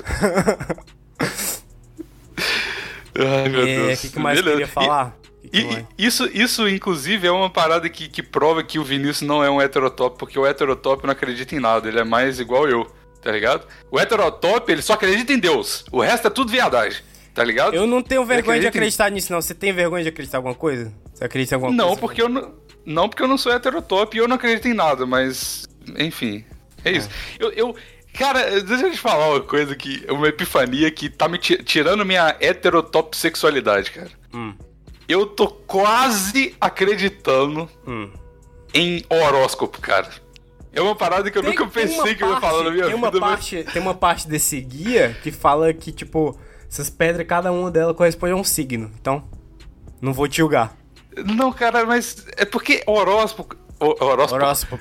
Ai, meu É, Deus. o que, que mais Beleza. queria falar? Que que E, mais? e isso, isso, inclusive, é uma parada que, que prova que o Vinícius não é um heterotop, porque o heterotop não acredita em nada, ele é mais igual eu, tá ligado? O heterotop, ele só acredita em Deus, o resto é tudo viadagem, tá ligado? Eu não tenho vergonha de acredito em- acreditar nisso, não. Você tem vergonha de acreditar em alguma coisa? Você acredita em alguma Não, coisa? porque eu não, não, porque eu não sou heterotop e eu não acredito em nada, mas, enfim, é isso. Eu, eu, cara, deixa eu te falar uma coisa que, uma epifania que tá me ti- tirando minha heterotop sexualidade, cara. Hum. Eu tô quase acreditando Hum. em horóscopo, cara. É uma parada que eu Tem- nunca tem pensei uma que eu ia parte- falar na minha tem uma vida, mas... parte, Tem uma parte desse guia que fala que, tipo, essas pedras, cada uma delas corresponde a um signo. Então, não vou te julgar. Não, cara, mas é porque horóscopo... ho- Horóscopo... Horóscopo.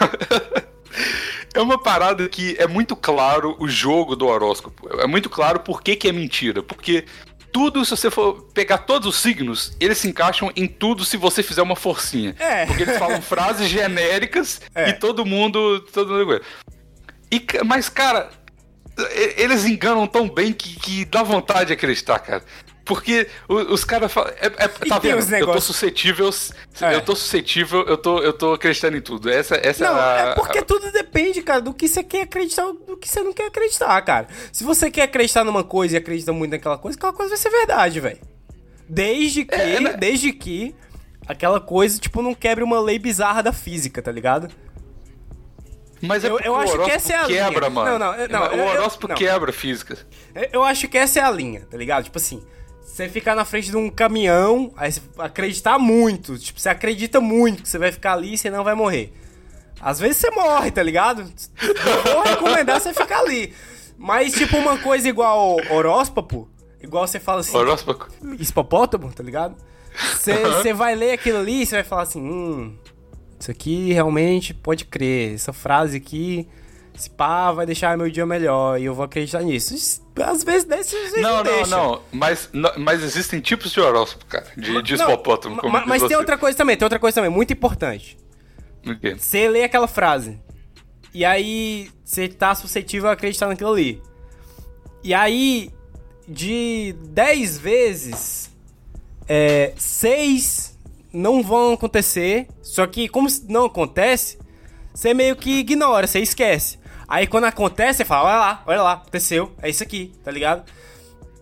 É uma parada que é muito claro o jogo do horóscopo. É muito claro por que, que é mentira. Porque tudo, se você for pegar todos os signos, eles se encaixam em tudo se você fizer uma forcinha. É. Porque eles falam frases genéricas É. e todo mundo... Todo mundo... E, ca- mas, cara, e- eles enganam tão bem que, que dá vontade de acreditar, cara. Porque o- os caras falam. É, é, E tá tem vendo? os Eu tô negócios- suscetível. É. Eu tô suscetível, eu tô, eu tô acreditando em tudo. Essa, essa Não, a, é porque tudo depende, cara, do que você quer acreditar ou do que você não quer acreditar, cara. Se você quer acreditar numa coisa e acredita muito naquela coisa, aquela coisa vai ser verdade, velho. Desde que, É, né? desde que aquela coisa, tipo, não quebre uma lei bizarra da física, tá ligado? Mas é eu- porque eu o acho que horóscopo essa é a quebra, linha. mano. Não, não, eu- não, o eu- eu- horóscopo não. quebra a física. Eu acho que essa é a linha, tá ligado? Tipo assim, você ficar na frente de um caminhão, aí você acreditar muito, tipo, você acredita muito que você vai ficar ali e você não vai morrer. Às vezes você morre, tá ligado? Eu vou recomendar você ficar ali. Mas, tipo, uma coisa igual horóscopo, igual você fala assim, Horóscopo. hipopótamo, tá ligado? Você você vai ler aquilo ali e você vai falar assim, hum, isso aqui realmente pode crer, essa frase aqui, esse pá vai deixar meu dia melhor e eu vou acreditar nisso. Isso, às vezes desses vezes Não, não, deixa. não. Mas, não- mas existem tipos de horóscopo, cara. De, de Não, hipopótamo. ma- como ma- diz mas você. tem outra coisa também, tem outra coisa também, muito importante. O quê? Você lê aquela frase e aí você tá suscetível a acreditar naquilo ali. E aí, de dez vezes, é, seis não vão acontecer. Só que como não acontece, você meio que ignora, você esquece. Aí quando acontece, você fala, olha lá, olha lá, aconteceu, é isso aqui, tá ligado?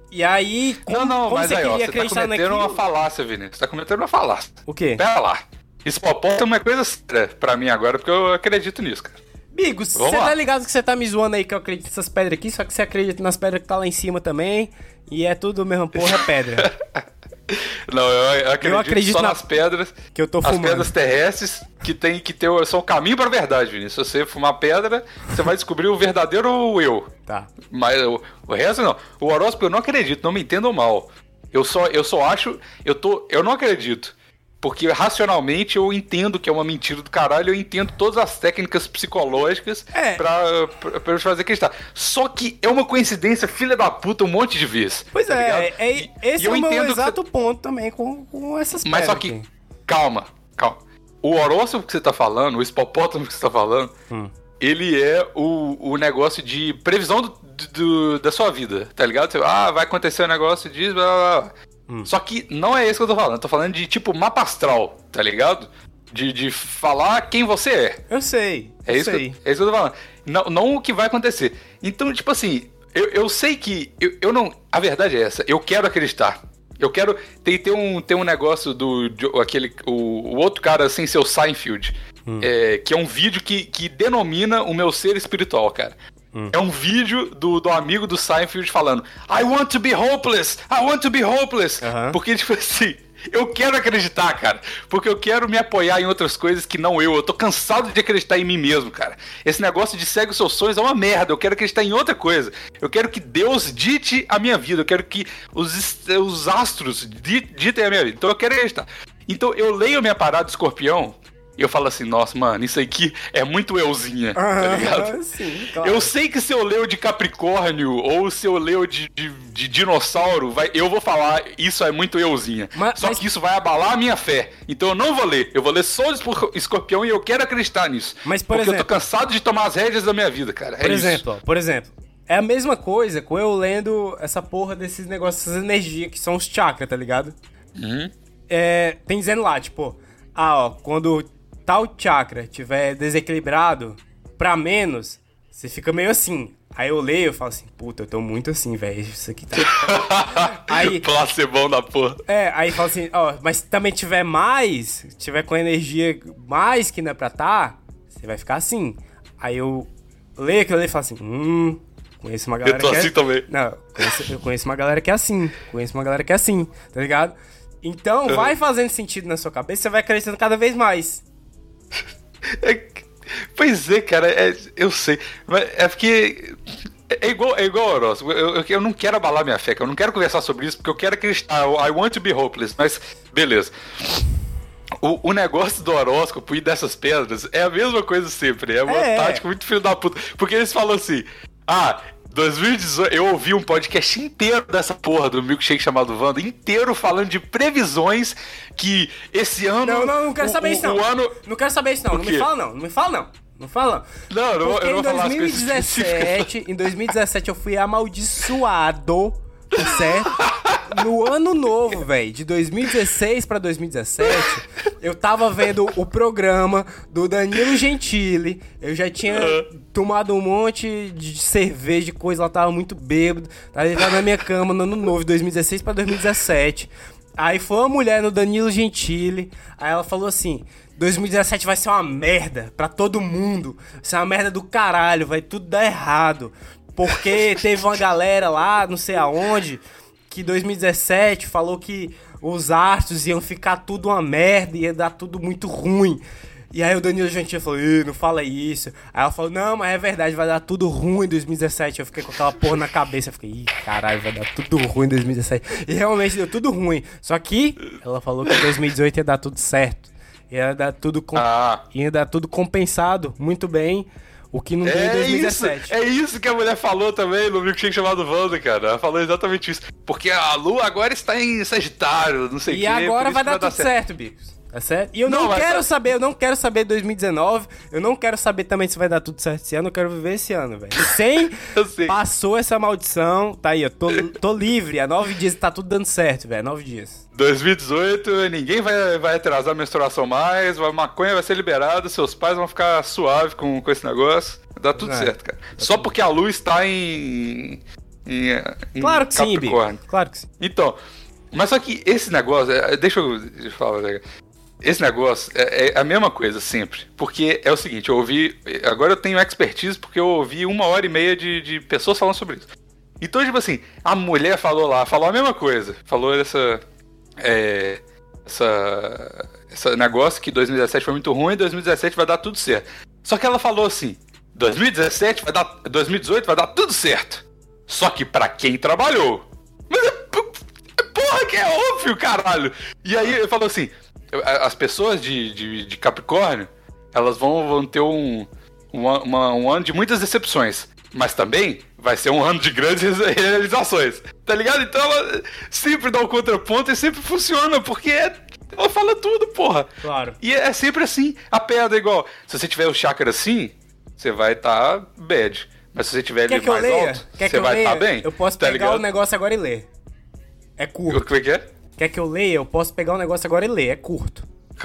E aí, como, Não, não, como mas você aí, ó, queria você tá acreditar cometendo naquilo? uma falácia, Vinícius. Você tá cometendo uma falácia. O quê? Pera lá. Hipopótamo é coisa séria pra mim agora, porque eu acredito nisso, cara. Bigos, Vamos você lá. tá ligado que você tá me zoando aí que eu acredito nessas pedras aqui, só que você acredita nas pedras que tá lá em cima também, e é tudo mesmo, porra, é pedra. Não, eu, eu acredito, acredito só na- nas pedras. que eu tô As fumando. pedras terrestres que tem que ter. o- São o caminho pra verdade, Vinícius. Se você fumar pedra, você vai descobrir o verdadeiro eu. Tá. Mas o, o resto não. O horóscopo eu não acredito, não me entendam mal. Eu só, eu só acho. Eu, tô, eu não acredito. Porque racionalmente eu entendo que é uma mentira do caralho, eu entendo todas as técnicas psicológicas É. pra, pra, pra eu fazer acreditar. Só que é uma coincidência, filha da puta, um monte de vezes. Pois tá é, ligado? é, E- esse e é eu o meu entendo que exato ponto também com, com essas pedras. Mas só que, aqui. calma, calma. O horóscopo que você tá falando, o hipopótamo que você tá falando, Hum. ele é o, o negócio de previsão do, do- da sua vida, tá ligado? Você, ah, vai acontecer um negócio disso, blá blá blá. Hum. Só que não é isso que eu tô falando. Eu tô falando de tipo mapa astral, tá ligado? De, de falar quem você é. Eu sei, É eu isso, que, sei. eu- é isso que eu tô falando. Não, não o que vai acontecer. Então, tipo assim, eu, eu sei que. Eu, eu não. A verdade é essa. Eu quero acreditar. Eu quero. Tem, tem, um, tem um negócio do. de- aquele, o, o outro cara sem ser o Seinfeld. é, que é um vídeo que, que denomina o meu ser espiritual, cara. É um vídeo do, do amigo do Seinfeld falando I want to be hopeless! I want to be hopeless! Aham. Porque, tipo assim, eu quero acreditar, cara. Porque eu quero me apoiar em outras coisas que não eu. Eu tô cansado de acreditar em mim mesmo, cara. Esse negócio de segue os seus sonhos é uma merda. Eu quero acreditar em outra coisa. Eu quero que Deus dite a minha vida. Eu quero que os, est- os astros di- ditem a minha vida. Então eu quero acreditar. Então eu leio a minha parada de escorpião e eu falo assim, nossa, mano, isso aqui é muito euzinha, tá ligado? Ah, sim, claro. Eu sei que se eu leio de Capricórnio ou se eu leio de, de, de dinossauro, vai, eu vou falar isso é muito euzinha. Mas- Só mas- que isso vai abalar a minha fé. Então eu não vou ler. Eu vou ler só o escor- escorpião e eu quero acreditar nisso. Mas, por porque eu exemplo- tô cansado de tomar as rédeas da minha vida, cara. É Por isso. exemplo, ó, por exemplo, é a mesma coisa com eu lendo essa porra desses negócios, essas energias que são os chakras, tá ligado? Uhum. É, tem dizendo lá, tipo, ah, ó, quando tal chakra tiver desequilibrado pra menos, você fica meio assim. Aí eu leio e falo assim, puta, eu tô muito assim, velho, isso aqui tá... Aí- Placebão da porra. É, aí fala assim, ó, mas se também tiver mais, tiver com energia mais que não é pra tá, você vai ficar assim. Aí eu leio aquilo ali e falo assim, hum, conheço uma galera Eu tô que assim é... também. Não, conheço- eu conheço uma galera que é assim, conheço uma galera que é assim, tá ligado? Então vai fazendo sentido na sua cabeça, você vai crescendo cada vez mais. É- pois é, cara, é- eu sei. Mas é porque. É igual, é igual ao horóscopo. Eu, eu, eu não quero abalar minha fé, cara. Eu não quero conversar sobre isso porque eu quero acreditar. I want to be hopeless. Mas, beleza. O, o negócio do horóscopo e dessas pedras é a mesma coisa sempre. É uma É. tática muito filho da puta. Porque eles falam assim: ah, dois mil e dezoito. Eu ouvi um podcast inteiro dessa porra do milkshake chamado Wanda, inteiro falando de previsões que esse ano. Não, não, não quero o- saber o- isso não. O ano. Não quero saber isso não, O não quê? me fala não, não me fala não. Não fala não. Não, eu não, Porque eu não em vou falar as coisas dois mil e dezessete, em dois mil e dezessete eu fui amaldiçoado, tá certo? No ano novo, velho, de dois mil e dezesseis pra dois mil e dezessete, eu tava vendo o programa do Danilo Gentili, eu já tinha tomado um monte de cerveja, de coisa, ela tava muito bêbado, tava deitado na minha cama no ano novo, de dois mil e dezesseis pra dois mil e dezessete. Aí foi uma mulher no Danilo Gentili, aí ela falou assim, dois mil e dezessete vai ser uma merda pra todo mundo, vai ser uma merda do caralho, vai tudo dar errado, porque teve uma galera lá, não sei aonde, que dois mil e dezessete falou que os astros iam ficar tudo uma merda, ia dar tudo muito ruim. E aí o Danilo Gentili falou, Ih, não fala isso. Aí ela falou, não, mas é verdade, vai dar tudo ruim em dois mil e dezessete. Eu fiquei com aquela porra na cabeça, eu fiquei, ih, caralho, vai dar tudo ruim em dois mil e dezessete. E realmente deu tudo ruim. Só que ela falou que em dois mil e dezoito ia dar tudo certo. Ia dar tudo, com... Ah. ia dar tudo compensado, muito bem, o que não deu em É dois mil e isso, dezessete. é isso que a mulher falou também no milkshake chamado Wanda, cara. Ela falou exatamente isso. Porque a Lua agora está em Sagitário, não sei o E quê. agora por isso vai que dar tudo certo, Bicos. Tá certo? E eu não, Não, vai quero dar- saber, eu não quero saber dois mil e dezenove, eu não quero saber também se vai dar tudo certo esse ano, eu quero viver esse ano, velho. Sem Eu sei. passou essa maldição, tá aí, eu tô, tô livre, há nove dias tá tudo dando certo, velho, nove dias. dois mil e dezoito, ninguém vai, vai atrasar a menstruação mais, a maconha vai ser liberada, seus pais vão ficar suave com, com esse negócio. Dá tudo É, certo, cara. Só porque a Lua está em. em, em Claro que sim, Bi. Capricórnio. Claro que sim. Então, mas só que esse negócio, é, deixa eu, deixa eu falar, né? Esse negócio é, é a mesma coisa sempre. Porque é o seguinte, eu ouvi. Agora eu tenho expertise porque eu ouvi uma hora e meia de, de pessoas falando sobre isso. Então, tipo assim, a mulher falou lá, falou a mesma coisa. Falou essa. É, essa. Esse negócio que dois mil e dezessete foi muito ruim e dois mil e dezessete vai dar tudo certo. Só que ela falou assim: dois mil e dezessete vai dar. dois mil e dezoito vai dar tudo certo. Só que pra quem trabalhou. Mas é. Porra, que é óbvio, caralho! E aí ele falou assim. As pessoas de, de, de Capricórnio, elas vão, vão ter um, um, uma, um ano de muitas decepções, mas também vai ser um ano de grandes realizações, tá ligado? Então ela sempre dá um contraponto e sempre funciona, porque é, ela fala tudo, porra. Claro. E é sempre assim, a pedra é igual, se você tiver o chakra assim, você vai estar tá bad, mas se você tiver Quer ele que eu mais leia? alto, Quer que você eu vai estar leia? tá bem. Eu posso tá pegar ligado? o negócio agora e ler. É curto. Como é que é? Quer que eu leia? Eu posso pegar o negócio agora e ler. É curto.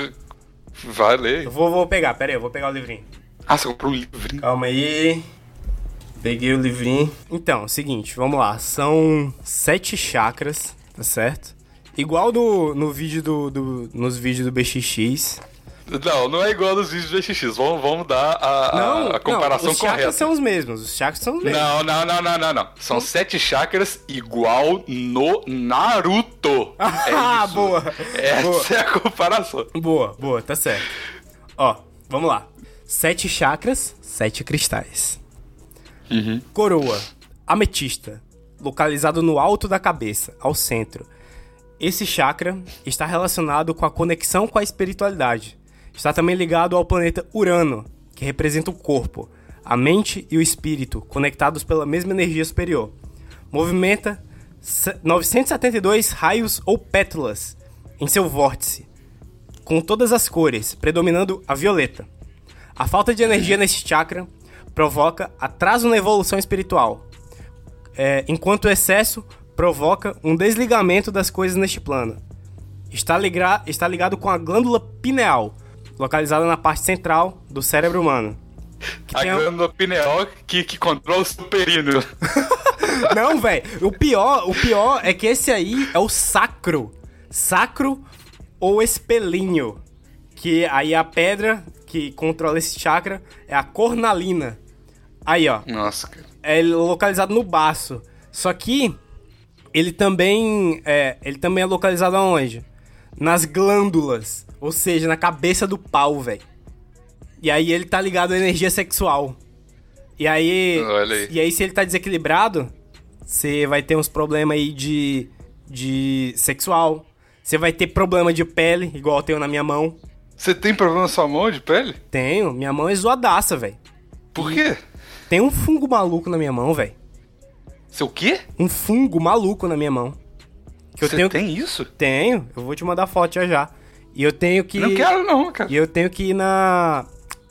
Vai ler. Eu vou, vou pegar, pera aí, eu vou pegar o livrinho. Ah, você comprou um livrinho. Calma aí. Peguei o livrinho. Então, seguinte, vamos lá. São sete chakras, tá certo? Igual no, no vídeo do, do, nos vídeos do B X X. Não, não é igual nos vídeos do X X. Vamos, vamos dar a, Não, a, a comparação não, os correta. chakras são os mesmos. Os chakras são os mesmos. Não, não, não, não, não, não. São sete chakras igual no Naruto. Ah, é isso. boa. Essa Boa. é a comparação. Boa, boa, tá certo. Ó, vamos lá. Sete chakras, sete cristais. Uhum. Coroa, ametista, localizado no alto da cabeça, ao centro. Esse chakra está relacionado com a conexão com a espiritualidade. Está também ligado ao planeta Urano, que representa o corpo, a mente e o espírito, conectados pela mesma energia superior. Movimenta novecentos e setenta e dois raios ou pétalas em seu vórtice, com todas as cores, predominando a violeta. A falta de energia nesse chakra provoca atraso na evolução espiritual, é, enquanto o excesso provoca um desligamento das coisas neste plano. Está, liga, está ligado com a glândula pineal, localizada na parte central do cérebro humano. Que A tem a- glândula pineal que, que controla o seu períneo. Não, velho. O pior, o pior é que esse aí é o sacro. Sacro ou espelhinho. Que aí a pedra que controla esse chakra é a cornalina. Aí, ó. Nossa, cara. É localizado no baço. Só que ele também é, ele também é localizado aonde? Nas glândulas. Ou seja, na cabeça do pau, velho. E aí ele tá ligado à energia sexual. E aí, Olha aí. e aí se ele tá desequilibrado, você vai ter uns problemas aí de, de sexual. Você vai ter problema de pele, igual eu tenho na minha mão. Você tem problema na sua mão de pele? Tenho, minha mão é zoadaça, velho. Por quê? Tem um fungo maluco na minha mão, velho. Seu quê? Um fungo maluco na minha mão. Que eu Você tenho tem isso? Tenho, eu vou te mandar foto já já. E eu tenho que Não quero não, cara. E eu tenho que ir na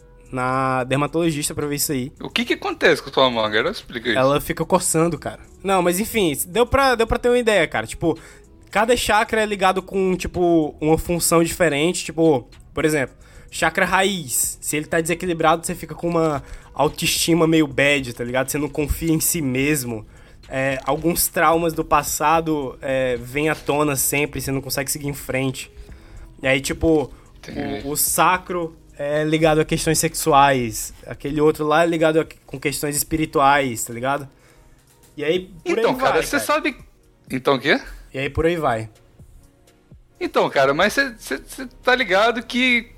na dermatologista pra ver isso aí. O que que acontece com a sua mão? Agora explica isso. Ela fica coçando, cara. Não, mas enfim, deu pra, deu pra ter uma ideia, cara. Tipo, cada chakra é ligado com, tipo, uma função diferente. Tipo, por exemplo, chakra raiz. Se ele tá desequilibrado, você fica com uma autoestima meio bad, tá ligado? Você não confia em si mesmo. É, alguns traumas do passado é, vêm à tona sempre, você não consegue seguir em frente. E aí, tipo, o, o sacro é ligado a questões sexuais. Aquele outro lá é ligado a, com questões espirituais, tá ligado? E aí, por Então, aí cara, vai, você sabe... Então o quê? E aí, por aí vai. Então, cara, mas você tá ligado que...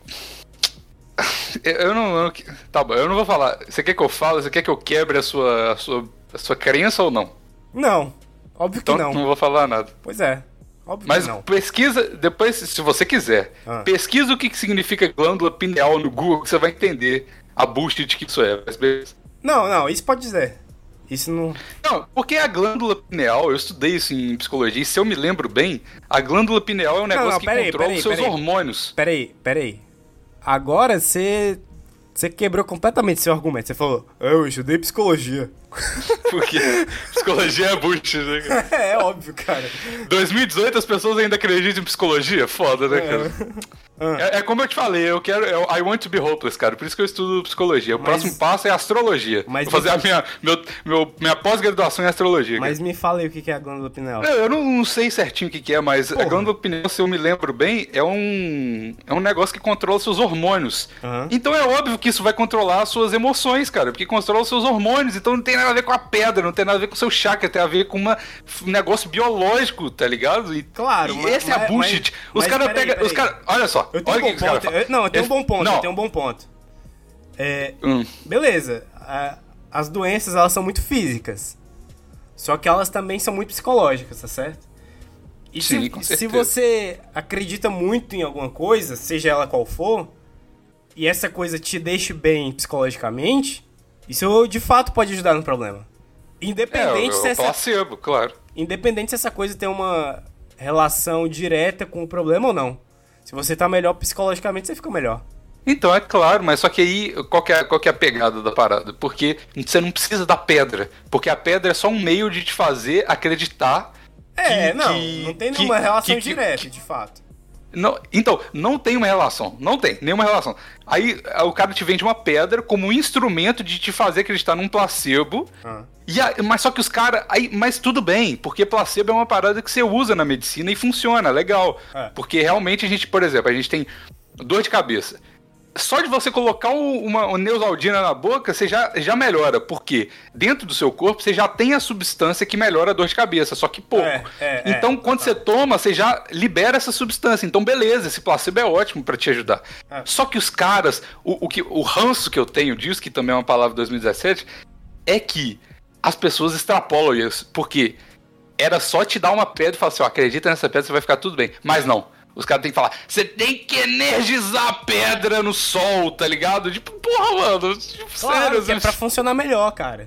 Eu não, eu não... Tá bom, eu não vou falar. Você quer que eu fale? Você quer que eu quebre a sua, a sua, a sua crença ou não? Não, óbvio Então que não. não vou falar nada. Pois é, óbvio Mas que não. pesquisa, depois, se você quiser, Ah. pesquisa o que que significa glândula pineal no Google, que você vai entender a bullshit que isso é. Mas beleza. Não, não, isso pode dizer. Isso não... Não, porque a glândula pineal, eu estudei isso em psicologia, e se eu me lembro bem, a glândula pineal é um negócio não, que peraí, controla peraí, os seus peraí. hormônios. Peraí, peraí. Agora você... Você quebrou completamente seu argumento. Você falou, eu estudei psicologia. Porque psicologia é bullshit, né, cara? É óbvio, cara. dois mil e dezoito as pessoas ainda acreditam em psicologia? Foda, né, cara? Ah. É, é como eu te falei, eu quero. Eu, I want to be hopeless, cara. Por isso que eu estudo psicologia. O Mas- próximo passo é astrologia. Mas Vou fazer me- a minha, meu, meu- minha pós-graduação em astrologia. Mas me fala aí o que que é a glândula pineal. Não, eu não, não sei certinho o que, que é, mas Porra. a glândula pineal, se eu me lembro bem, é um, é um negócio que controla seus hormônios. Aham. Então é óbvio que isso vai controlar as suas emoções, cara, porque controla os seus hormônios. Então não tem nada a ver com a pedra, não tem nada a ver com o seu chakra, tem a ver com uma, um negócio biológico, tá ligado? E, Claro, e mas- essa é a mas- bullshit. mas- os caras mas peraí, pegam. Os peraí. cara, olha só, Eu tenho olha um o bom que os caras ponto. falam. eu- Não, eu tenho um bom ponto, Não. eu tenho um bom ponto. É, Hum. beleza, a- as doenças elas são muito físicas. Só que elas também são muito psicológicas, tá certo? E Sim, se, com se certeza. você acredita muito em alguma coisa, seja ela qual for, e essa coisa te deixa bem psicologicamente, isso de fato pode ajudar no problema. É, Independente, o, se o essa, placebo, claro. independente se essa coisa tem uma relação direta com o problema ou não. Se você tá melhor psicologicamente, você fica melhor. Então, é claro, mas só que aí, qual que, é, qual que é a pegada da parada? Porque você não precisa da pedra, porque a pedra é só um meio de te fazer acreditar. É, que- não, que- não tem que- nenhuma relação que- que- direta, de fato. Não, então, não tem uma relação, não tem nenhuma relação. Aí o cara te vende uma pedra como um instrumento de te fazer acreditar num placebo. Ah. E a- mas só que os caras. Mas tudo bem, porque placebo é uma parada que você usa na medicina e funciona, legal. É. Porque realmente a gente, por exemplo, a gente tem dor de cabeça. Só de você colocar um- uma, uma Neosaldina na boca, você já, já melhora. Porque dentro do seu corpo você já tem a substância que melhora a dor de cabeça, só que pouco. É, é, então, é, quando tá. você toma, você já libera essa substância. Então, beleza, esse placebo é ótimo pra te ajudar. É. Só que os caras, o, o, que, o ranço que eu tenho disso, que também é uma palavra de dois mil e dezessete, é que as pessoas extrapolam isso. Porque era só te dar uma pedra e falar assim, ó, acredita nessa pedra, você vai ficar tudo bem. Mas não. Os caras têm que falar, você tem que energizar a pedra no sol, tá ligado? Tipo, porra, mano, tipo, Claro, sério. que é pra funcionar melhor, cara.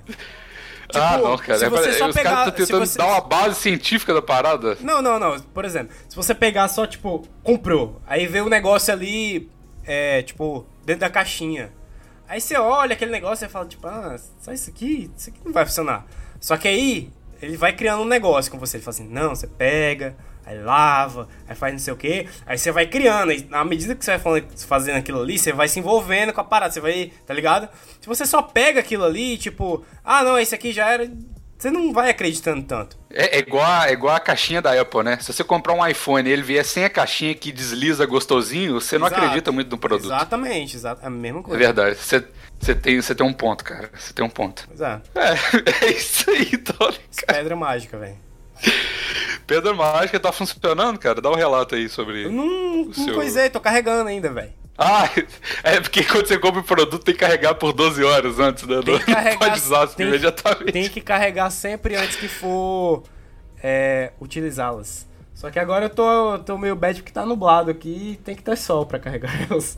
ah, tipo, não, cara. se É pra- você só os pegar- caras estão se tentando você- dar uma base científica da parada. Não, não, não. Por exemplo, se você pegar só, tipo, comprou, aí vê o negócio ali, é, tipo, dentro da caixinha. Aí você olha aquele negócio e fala, tipo, ah, só isso aqui, isso aqui não vai funcionar. Só que aí, ele vai criando um negócio com você. Ele fala assim, não, você pega, aí lava, aí faz não sei o quê. Aí você vai criando, aí na medida que você vai falando- fazendo aquilo ali, você vai se envolvendo com a parada, você vai, tá ligado? Se você só pega aquilo ali, tipo, ah, não, esse aqui já era... Você não vai acreditando tanto. É, é, igual a, é igual a caixinha da Apple, né? Se você comprar um iPhone e ele vier sem a caixinha que desliza gostosinho, você não Exato. acredita muito no produto. Exatamente, exato, é a mesma É coisa. verdade. Você, você, tem, você tem um ponto, cara. Você tem um ponto. Pois é. É, é isso aí, Tony. Pedra mágica, velho. Pedra mágica tá funcionando, cara? Dá um relato aí sobre. Eu não, não seu- coisei, tô carregando ainda, velho. Ah, é porque quando você compra o produto tem que carregar por doze horas antes, né? Tem que carregar. Pode usar tem, imediatamente. tem que carregar sempre antes que for é, utilizá-las. Só que agora eu tô, tô meio bad porque tá nublado aqui e tem que ter sol pra carregar elas.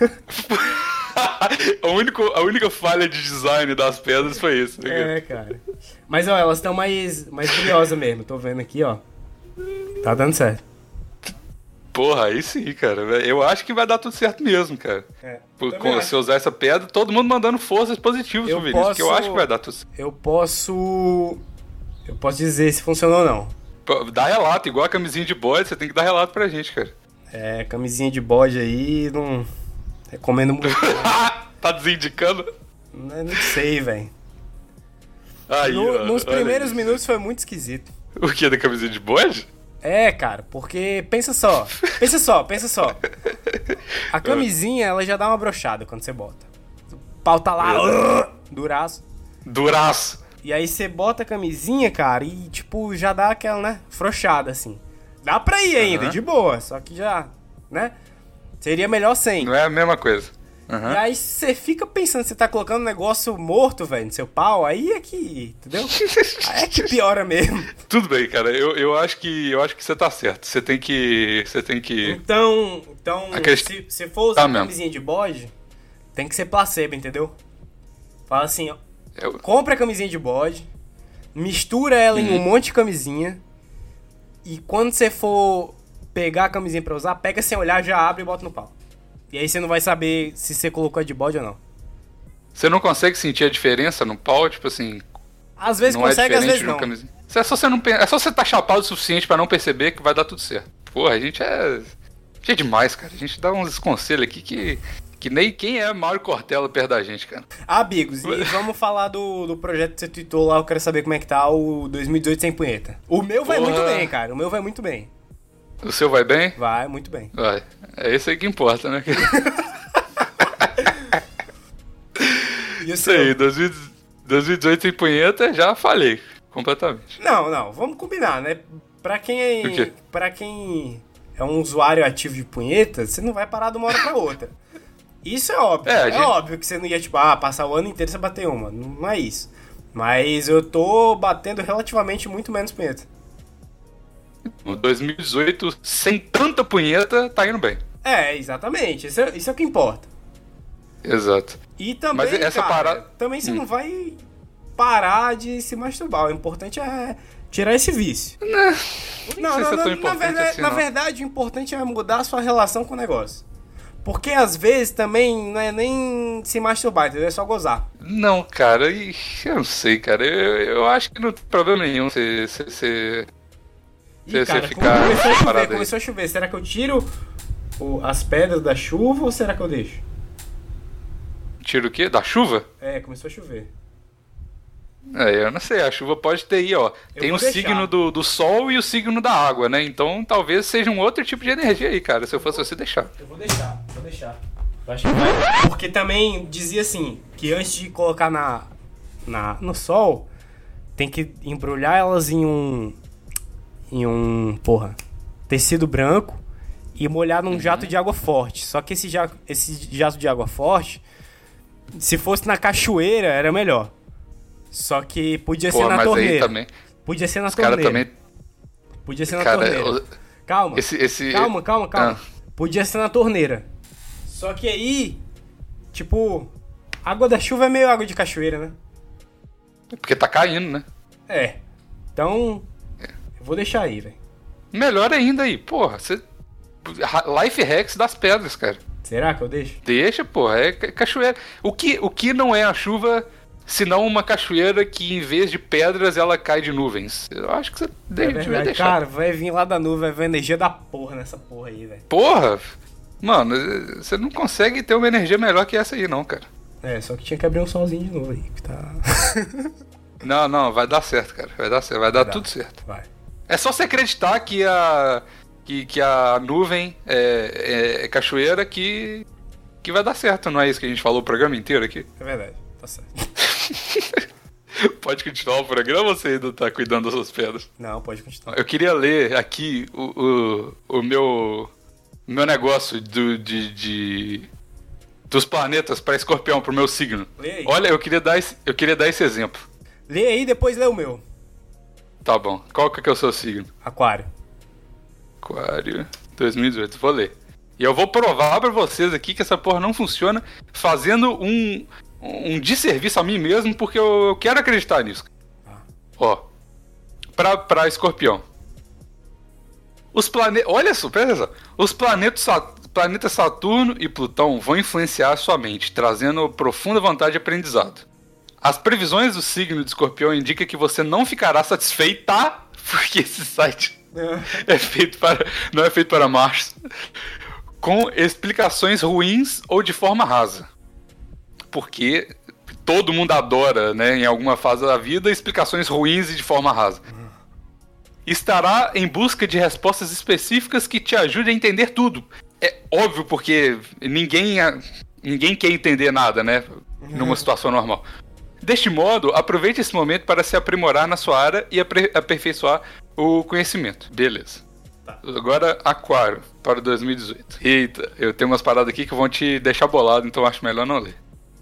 a, único, a única falha de design das pedras foi isso, né? cara? É, cara. Mas ó, elas estão mais, mais brilhosas mesmo. Tô vendo aqui, ó. Tá dando certo. Porra, aí sim, cara. Eu acho que vai dar tudo certo mesmo, cara. É, Por, também com, acho. se eu usar essa pedra, todo mundo mandando forças positivas Eu pro Vinícius, que eu posso- acho que vai dar tudo certo. Eu posso. Eu posso dizer se funcionou ou não. Pô, dá relato, igual a camisinha de bode, você tem que dar relato pra gente, cara. É, camisinha de bode aí, não. Recomendo muito. tá desindicando? não, não sei, velho. Aí, No- ó, nos olha primeiros aí. minutos foi muito esquisito. O que, da camisinha de bode? É, cara, porque pensa só, pensa só, pensa só. A camisinha, ela já dá uma brochada quando você bota. O pau tá lá, uh, duraço. Duraço. E aí você bota a camisinha, cara, e tipo, já dá aquela, né, frouxada assim. Dá pra ir ainda, Aham. de boa, só que já, né, seria melhor sem. Não é a mesma coisa. Aham. E aí você fica pensando, você tá colocando um negócio morto, velho, no seu pau, aí é que, entendeu? Aí é que piora mesmo. Tudo bem, cara. Eu, eu acho que eu acho que você tá certo. Você tem que. Você tem que. Então, então Acredito- se, se for usar Tá mesmo. camisinha de bode, tem que ser placebo, entendeu? Fala assim, ó, Eu- compra a camisinha de bode, mistura ela em um monte de camisinha, e quando você for pegar a camisinha pra usar, pega sem olhar, já abre e bota no pau. E aí você não vai saber se você colocou a de bode ou não. Você não consegue sentir a diferença no pau, tipo assim. Às vezes não consegue, é às diferente vezes de uma não. camisinha. É só você não pen- é só você tá chapado o suficiente pra não perceber que vai dar tudo certo. Porra, a gente é Que é demais, cara. A gente dá uns conselhos aqui que, que nem quem é Mário Cortella perto da gente, cara. Ah, Bigos, e vamos falar do, do projeto que você tweetou lá, eu quero saber como é que tá o dois mil e dezoito sem punheta. O meu vai Porra. muito bem, cara, o meu vai muito bem. O seu vai bem? Vai, muito bem. Vai. É isso aí que importa, né? E o Isso aí, seu? dois mil e dezoito sem punheta, já falei. Completamente. Não, não, vamos combinar, né? Pra quem O é, quê? pra quem é um usuário ativo de punheta, você não vai parar de uma hora pra outra. Isso é óbvio. É, a É, gente- óbvio que você não ia, tipo, ah, passar o ano inteiro você bater uma. Não, não é isso. Mas eu tô batendo relativamente muito menos punheta. O dois mil e dezoito, sem tanta punheta, tá indo bem. É, exatamente. Isso é, isso é o que importa. Exato. E também, Mas essa cara, parada- também você Hum. não vai parar de se masturbar. O importante é tirar esse vício. Não, Não, sei se não, é tão não, na, importante verdade, assim, na não. verdade, o importante é mudar a sua relação com o negócio. Porque às vezes também não é nem se masturbar, entendeu? É só gozar. Não, cara, ixi, eu não sei, cara. Eu, eu acho que não tem problema nenhum você. você, você... E, Você- cara, você como ficar começou a chover, parado aí. começou a chover. Será que eu tiro o- as pedras da chuva ou será que eu deixo? Tira o quê? Da chuva? É, começou a chover. É, eu não sei, a chuva pode ter aí, ó. Eu Tem vou o deixar. signo do, do sol e o signo da água, né? Então talvez seja um outro tipo de energia aí, cara, se eu fosse você deixar. Eu vou deixar, vou deixar. Eu acho que vai. Porque também dizia assim, que antes de colocar na, na, no sol, tem que embrulhar elas em um. Em um. Porra. Tecido branco e molhar num jato de água forte. Só que esse, ja, esse jato de água forte, se fosse na cachoeira, era melhor. Só que podia ser Pô, na mas torneira. aí também. Podia ser na Os caras torneira. também. Podia ser na Cara, torneira. o- Calma. esse, esse. Calma, calma, calma. Ah. Podia ser na torneira. Só que aí, tipo, água da chuva é meio água de cachoeira, né? Porque tá caindo, né? É. Então, eu vou deixar aí, velho. Melhor ainda aí, porra. Você... Life hacks das pedras, cara. Será que eu deixo? Deixa, porra, é ca- cachoeira. O que, o que não é a chuva, senão uma cachoeira que em vez de pedras ela cai de nuvens? Eu acho que você É deve, devia verdade. deixar. Cara, vai vir lá da nuvem, vai vir energia da porra nessa porra aí, velho. Porra! Mano, você não consegue ter uma energia melhor que essa aí, não, cara. É, só que tinha que abrir um solzinho de novo aí, que tá... Não, não, vai dar certo, cara. Vai dar certo, vai dar dar. tudo certo. Vai. É só você acreditar que a. que, que a nuvem é, é- é cachoeira que. que vai dar certo, não é isso que a gente falou o programa inteiro aqui? É verdade, tá certo. Pode continuar o programa ou você ainda tá cuidando das suas pedras? Não, pode continuar. Eu queria ler aqui o, o, o meu. o meu negócio do, de, de- dos planetas para escorpião, pro meu signo. Lê aí. Olha, eu queria, dar esse, eu queria dar esse exemplo. Lê aí, depois lê o meu. Tá bom. Qual que é o seu signo? Aquário. Aquário dois mil e dezoito. Vou ler. E eu vou provar pra vocês aqui que essa porra não funciona, fazendo um, um desserviço a mim mesmo, porque eu, eu quero acreditar nisso. Tá. Ó. Pra, pra escorpião. Os planetas. Olha só, presta atenção. Os planetas, Sa- planetas Saturno e Plutão vão influenciar a sua mente, trazendo profunda vontade de aprendizado. As previsões do signo de escorpião indicam que você não ficará satisfeita, porque esse site é feito para, não é feito para machos, com explicações ruins ou de forma rasa. Porque todo mundo adora, né, em alguma fase da vida, explicações ruins e de forma rasa. Estará em busca de respostas específicas que te ajudem a entender tudo. É óbvio, porque ninguém, ninguém quer entender nada, né, numa situação normal. Deste modo, aproveite esse momento para se aprimorar na sua área e apre- aperfeiçoar o conhecimento. Beleza. Tá. Agora, Aquário, para dois mil e dezoito. Eita, eu tenho umas paradas aqui que vão te deixar bolado, então acho melhor não ler.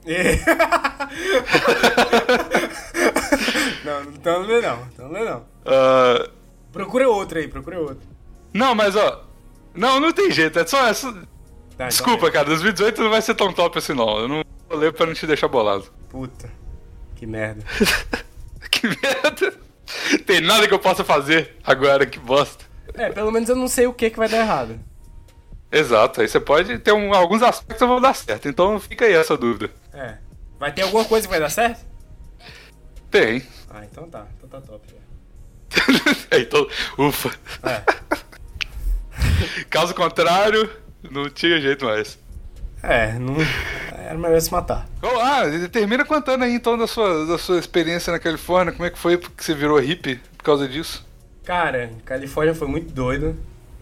Não, então não lê não, então não lê não. Ah, Procura outro aí, procura outro. não, mas ó. Não, não tem jeito, é só essa. Tá, então Desculpa, lê. cara, dois mil e dezoito não vai ser tão top assim, não. Eu não vou ler pra não te deixar bolado. Puta, que merda. Que merda! Tem nada que eu possa fazer agora, que bosta. É, pelo menos eu não sei o que que vai dar errado. Exato, aí você pode ter um- alguns aspectos que vão dar certo, então fica aí essa dúvida. É. Vai ter alguma coisa que vai dar certo? Tem. Ah, então tá, então tá top já. É, então, ufa. É. Caso contrário, não tinha jeito mais. É, não. Era melhor se matar. Oh, ah, termina contando aí então da sua, da sua experiência na Califórnia. Como é que foi que você virou hippie por causa disso? Cara, Califórnia foi muito doido.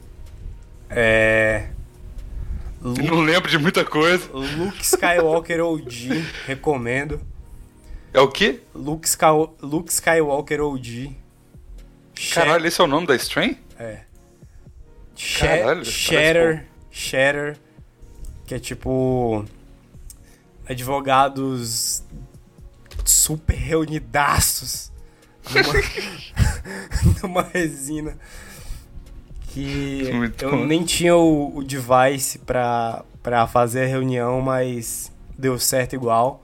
É. Lu- Não lembro de muita coisa. Luke Skywalker O G, recomendo. É o quê? Luke, Sky- Luke Skywalker O G. Caralho, esse é o nome da Strain? É. Caralho, Sha- parece Shatter. Shatter. Que é tipo. Advogados super reunidaços numa, numa resina. Que Muito eu bom. nem tinha o, o device pra, pra fazer a reunião, mas deu certo igual.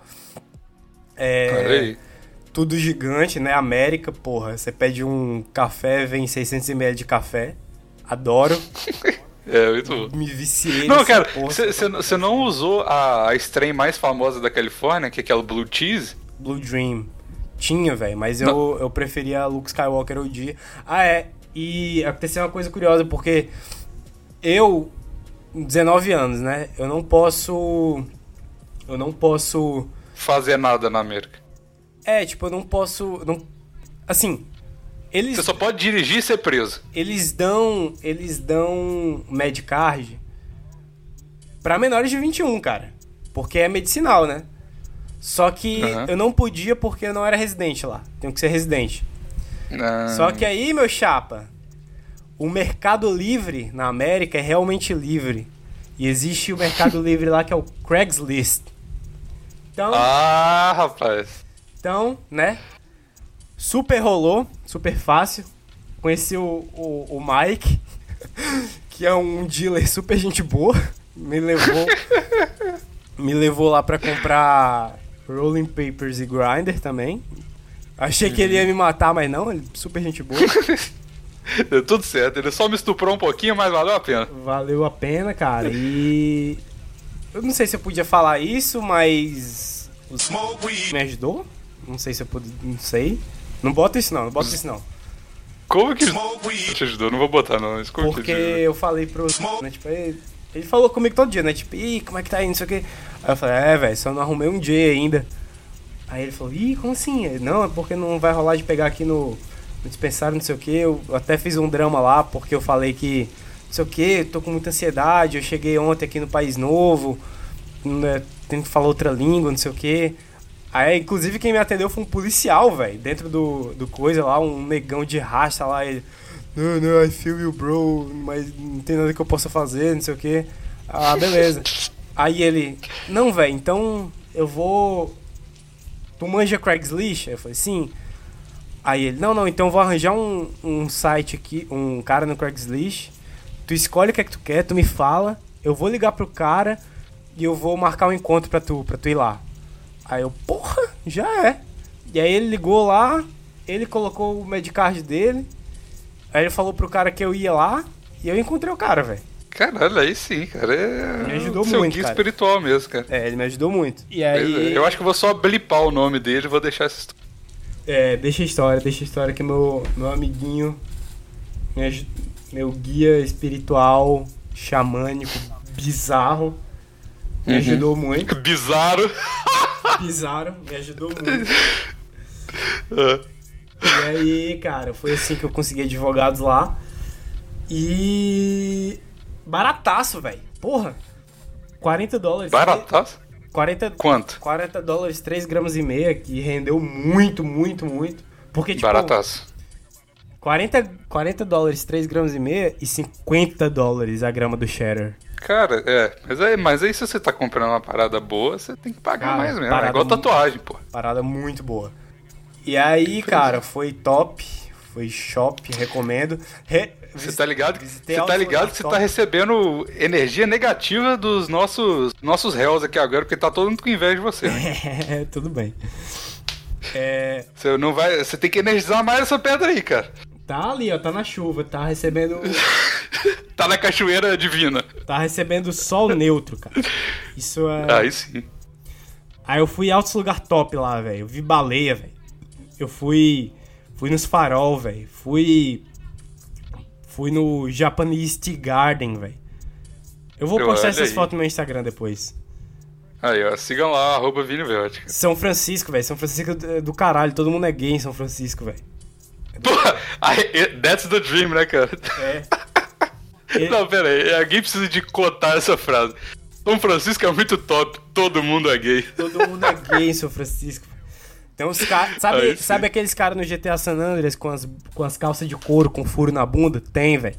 É, Parei. tudo gigante, né? América, porra. Você pede um café, vem seiscentos mililitros de café. Adoro. É, muito bom. Me viciei Não, nessa cara, porra. você não usou a, a strain mais famosa da Califórnia, que é aquela Blue Cheese? Blue Dream. Tinha, velho, mas eu, eu preferia a Luke Skywalker O G. Ah, é. E aconteceu uma coisa curiosa, porque eu, dezenove anos, né? Eu não posso. Eu não posso. Fazer nada na América. É, tipo, eu não posso. Não, assim. Eles, Você só pode dirigir e ser preso. eles dão. Eles dão Medcard pra menores de vinte e um, cara. Porque é medicinal, né? Só que Aham. eu não podia porque eu não era residente lá. Tenho que ser residente. Ah, Só que aí, meu chapa, o Mercado Livre na América é realmente livre. E existe o Mercado Livre lá que é o Craigslist. Então, Ah, rapaz. então, né? Super rolou, super fácil. Conheci o, o, o Mike, que é um dealer super gente boa. Me levou, me levou lá pra comprar rolling papers e grinder também. Achei que ele ia me matar, mas não, ele super gente boa. Deu tudo certo. Ele só me estuprou um pouquinho, mas valeu a pena. Valeu a pena, cara. E eu não sei se eu podia falar isso, mas o Smoke weed. me ajudou. Não sei se eu pude, não sei. Não bota isso não, não bota isso não. Como que Smoke weed. te ajudou? Não vou botar não. Isso como que Porque te ajudou? eu falei pro. Né, tipo, ele, ele falou comigo todo dia, né? Tipo, ih, como é que tá aí, não sei o quê. Aí eu falei, é, velho, só não arrumei um dia ainda. Aí ele falou, ih, como assim? Ele, não, é porque não vai rolar de pegar aqui no, no dispensário, não sei o quê. Eu até fiz um drama lá, porque eu falei que, não sei o quê, tô com muita ansiedade, eu cheguei ontem aqui no país novo, né, tenho que falar outra língua, não sei o quê. Aí, inclusive, quem me atendeu foi um policial, velho, dentro do, do coisa lá, um negão de racha lá, ele... Não, não, I feel you, bro, mas não tem nada que eu possa fazer, não sei o quê. Ah, beleza. Aí ele, não, velho, então eu vou... Tu manja Craigslist? Eu falei, sim. Aí ele, não, não, então eu vou arranjar um, um site aqui, um cara no Craigslist. Tu escolhe o que é que tu quer, tu me fala, eu vou ligar pro cara e eu vou marcar um encontro pra tu, pra tu ir lá. Aí eu, porra, já é. E aí ele ligou lá, ele colocou o Medcard dele, aí ele falou pro cara que eu ia lá e eu encontrei o cara, velho. Caralho, aí sim, cara. É Me ajudou seu muito, guia cara. espiritual mesmo, cara. É, ele me ajudou muito. E Pois é, aí... eu acho que eu vou só blipar o nome dele e vou deixar essa história. É, deixa a história, deixa a história que meu, meu amiguinho, me aju- meu guia espiritual, xamânico, bizarro, me Uhum. ajudou muito. Bizarro. Bizarro, me ajudou muito. É. E aí, cara, foi assim que eu consegui advogados lá. E... barataço, velho. Porra. quarenta dólares. Barataço? quarenta, Quanto? quarenta dólares, três gramas e meia, que rendeu muito, muito, muito. Porque, tipo... Barataço. quarenta, quarenta dólares, três gramas e meia e cinquenta dólares a grama do Shatter. Cara, é. Mas aí, mas aí se você tá comprando uma parada boa, você tem que pagar Cara, mais mesmo. É parada igual mu- tatuagem, pô. Parada muito boa. E aí, cara, foi top. Foi shop, recomendo. Re- Você tá ligado? que- visitei Você tá altos ligado lugares que você top. tá recebendo energia negativa dos nossos, nossos réus aqui agora, porque tá todo mundo com inveja de você. Né? É, tudo bem. É, Você não vai. Você tem que energizar mais essa pedra aí, cara. tá ali, ó, tá na chuva, tá recebendo. Tá na cachoeira divina. Tá recebendo sol neutro, cara. Isso é. Aí sim. Aí eu fui em altos lugar top lá, velho. Eu vi baleia, velho. Eu fui. Fui nos farol, velho. Fui. fui no Japanese Tea Garden, velho. Eu vou Eu, postar olha essas aí. fotos no meu Instagram depois. Aí, ó, sigam lá, arroba Vini Vertica. São Francisco, velho. São Francisco é do caralho. Todo mundo é gay em São Francisco, velho. Porra, I- that's the dream, né, cara? É. Não, pera aí, alguém precisa de cotar essa frase. São Francisco é muito top, todo mundo é gay. Todo mundo é gay em São Francisco. Tem uns caras. Sabe, Aí sim. sabe aqueles caras no G T A San Andreas com as, com as calças de couro com furo na bunda? Tem, velho.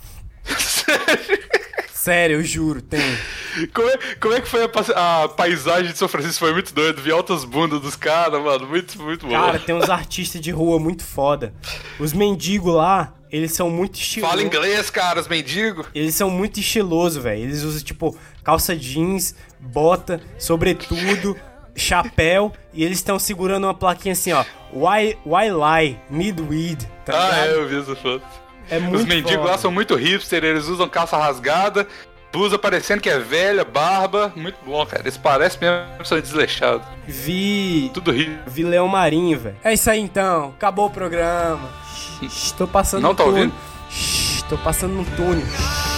Sério, eu juro, tem. Como é, como é que foi a, passe- a paisagem de São Francisco? Foi muito doido, vi altas bundas dos caras, mano, muito, muito bom. Cara, tem uns artistas de rua muito foda. Os mendigos lá, eles são muito estilosos. Fala inglês, cara, os mendigos. Eles são muito estilosos, velho. Eles usam, tipo, calça jeans, bota, sobretudo, chapéu. E eles estão segurando uma plaquinha assim, ó. Why, why lie? Need weed. Tá Ah, ligado? é, eu vi essa foto. É muito Os mendigos foda. lá são muito hipster, eles usam calça rasgada, blusa parecendo que é velha, barba. Muito bom, cara. Eles parecem mesmo que são desleixados. Vi... Tudo hipster. Vi Leão Marinho, velho. É isso aí, então. Acabou o programa. Shhh, tô passando Não no tá túnel. ouvindo? Shhh, tô passando no túnel.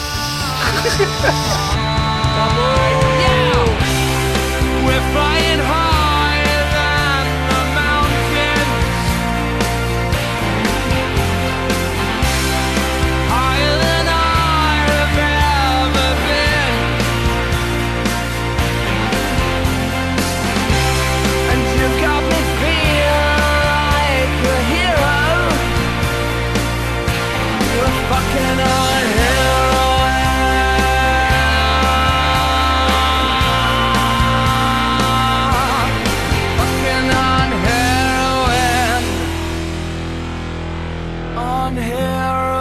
We're flying higher than the mountains, higher than I have ever been. And you got me feeling like a hero. You're fucking a hero. Fucking on heroin, on heroin.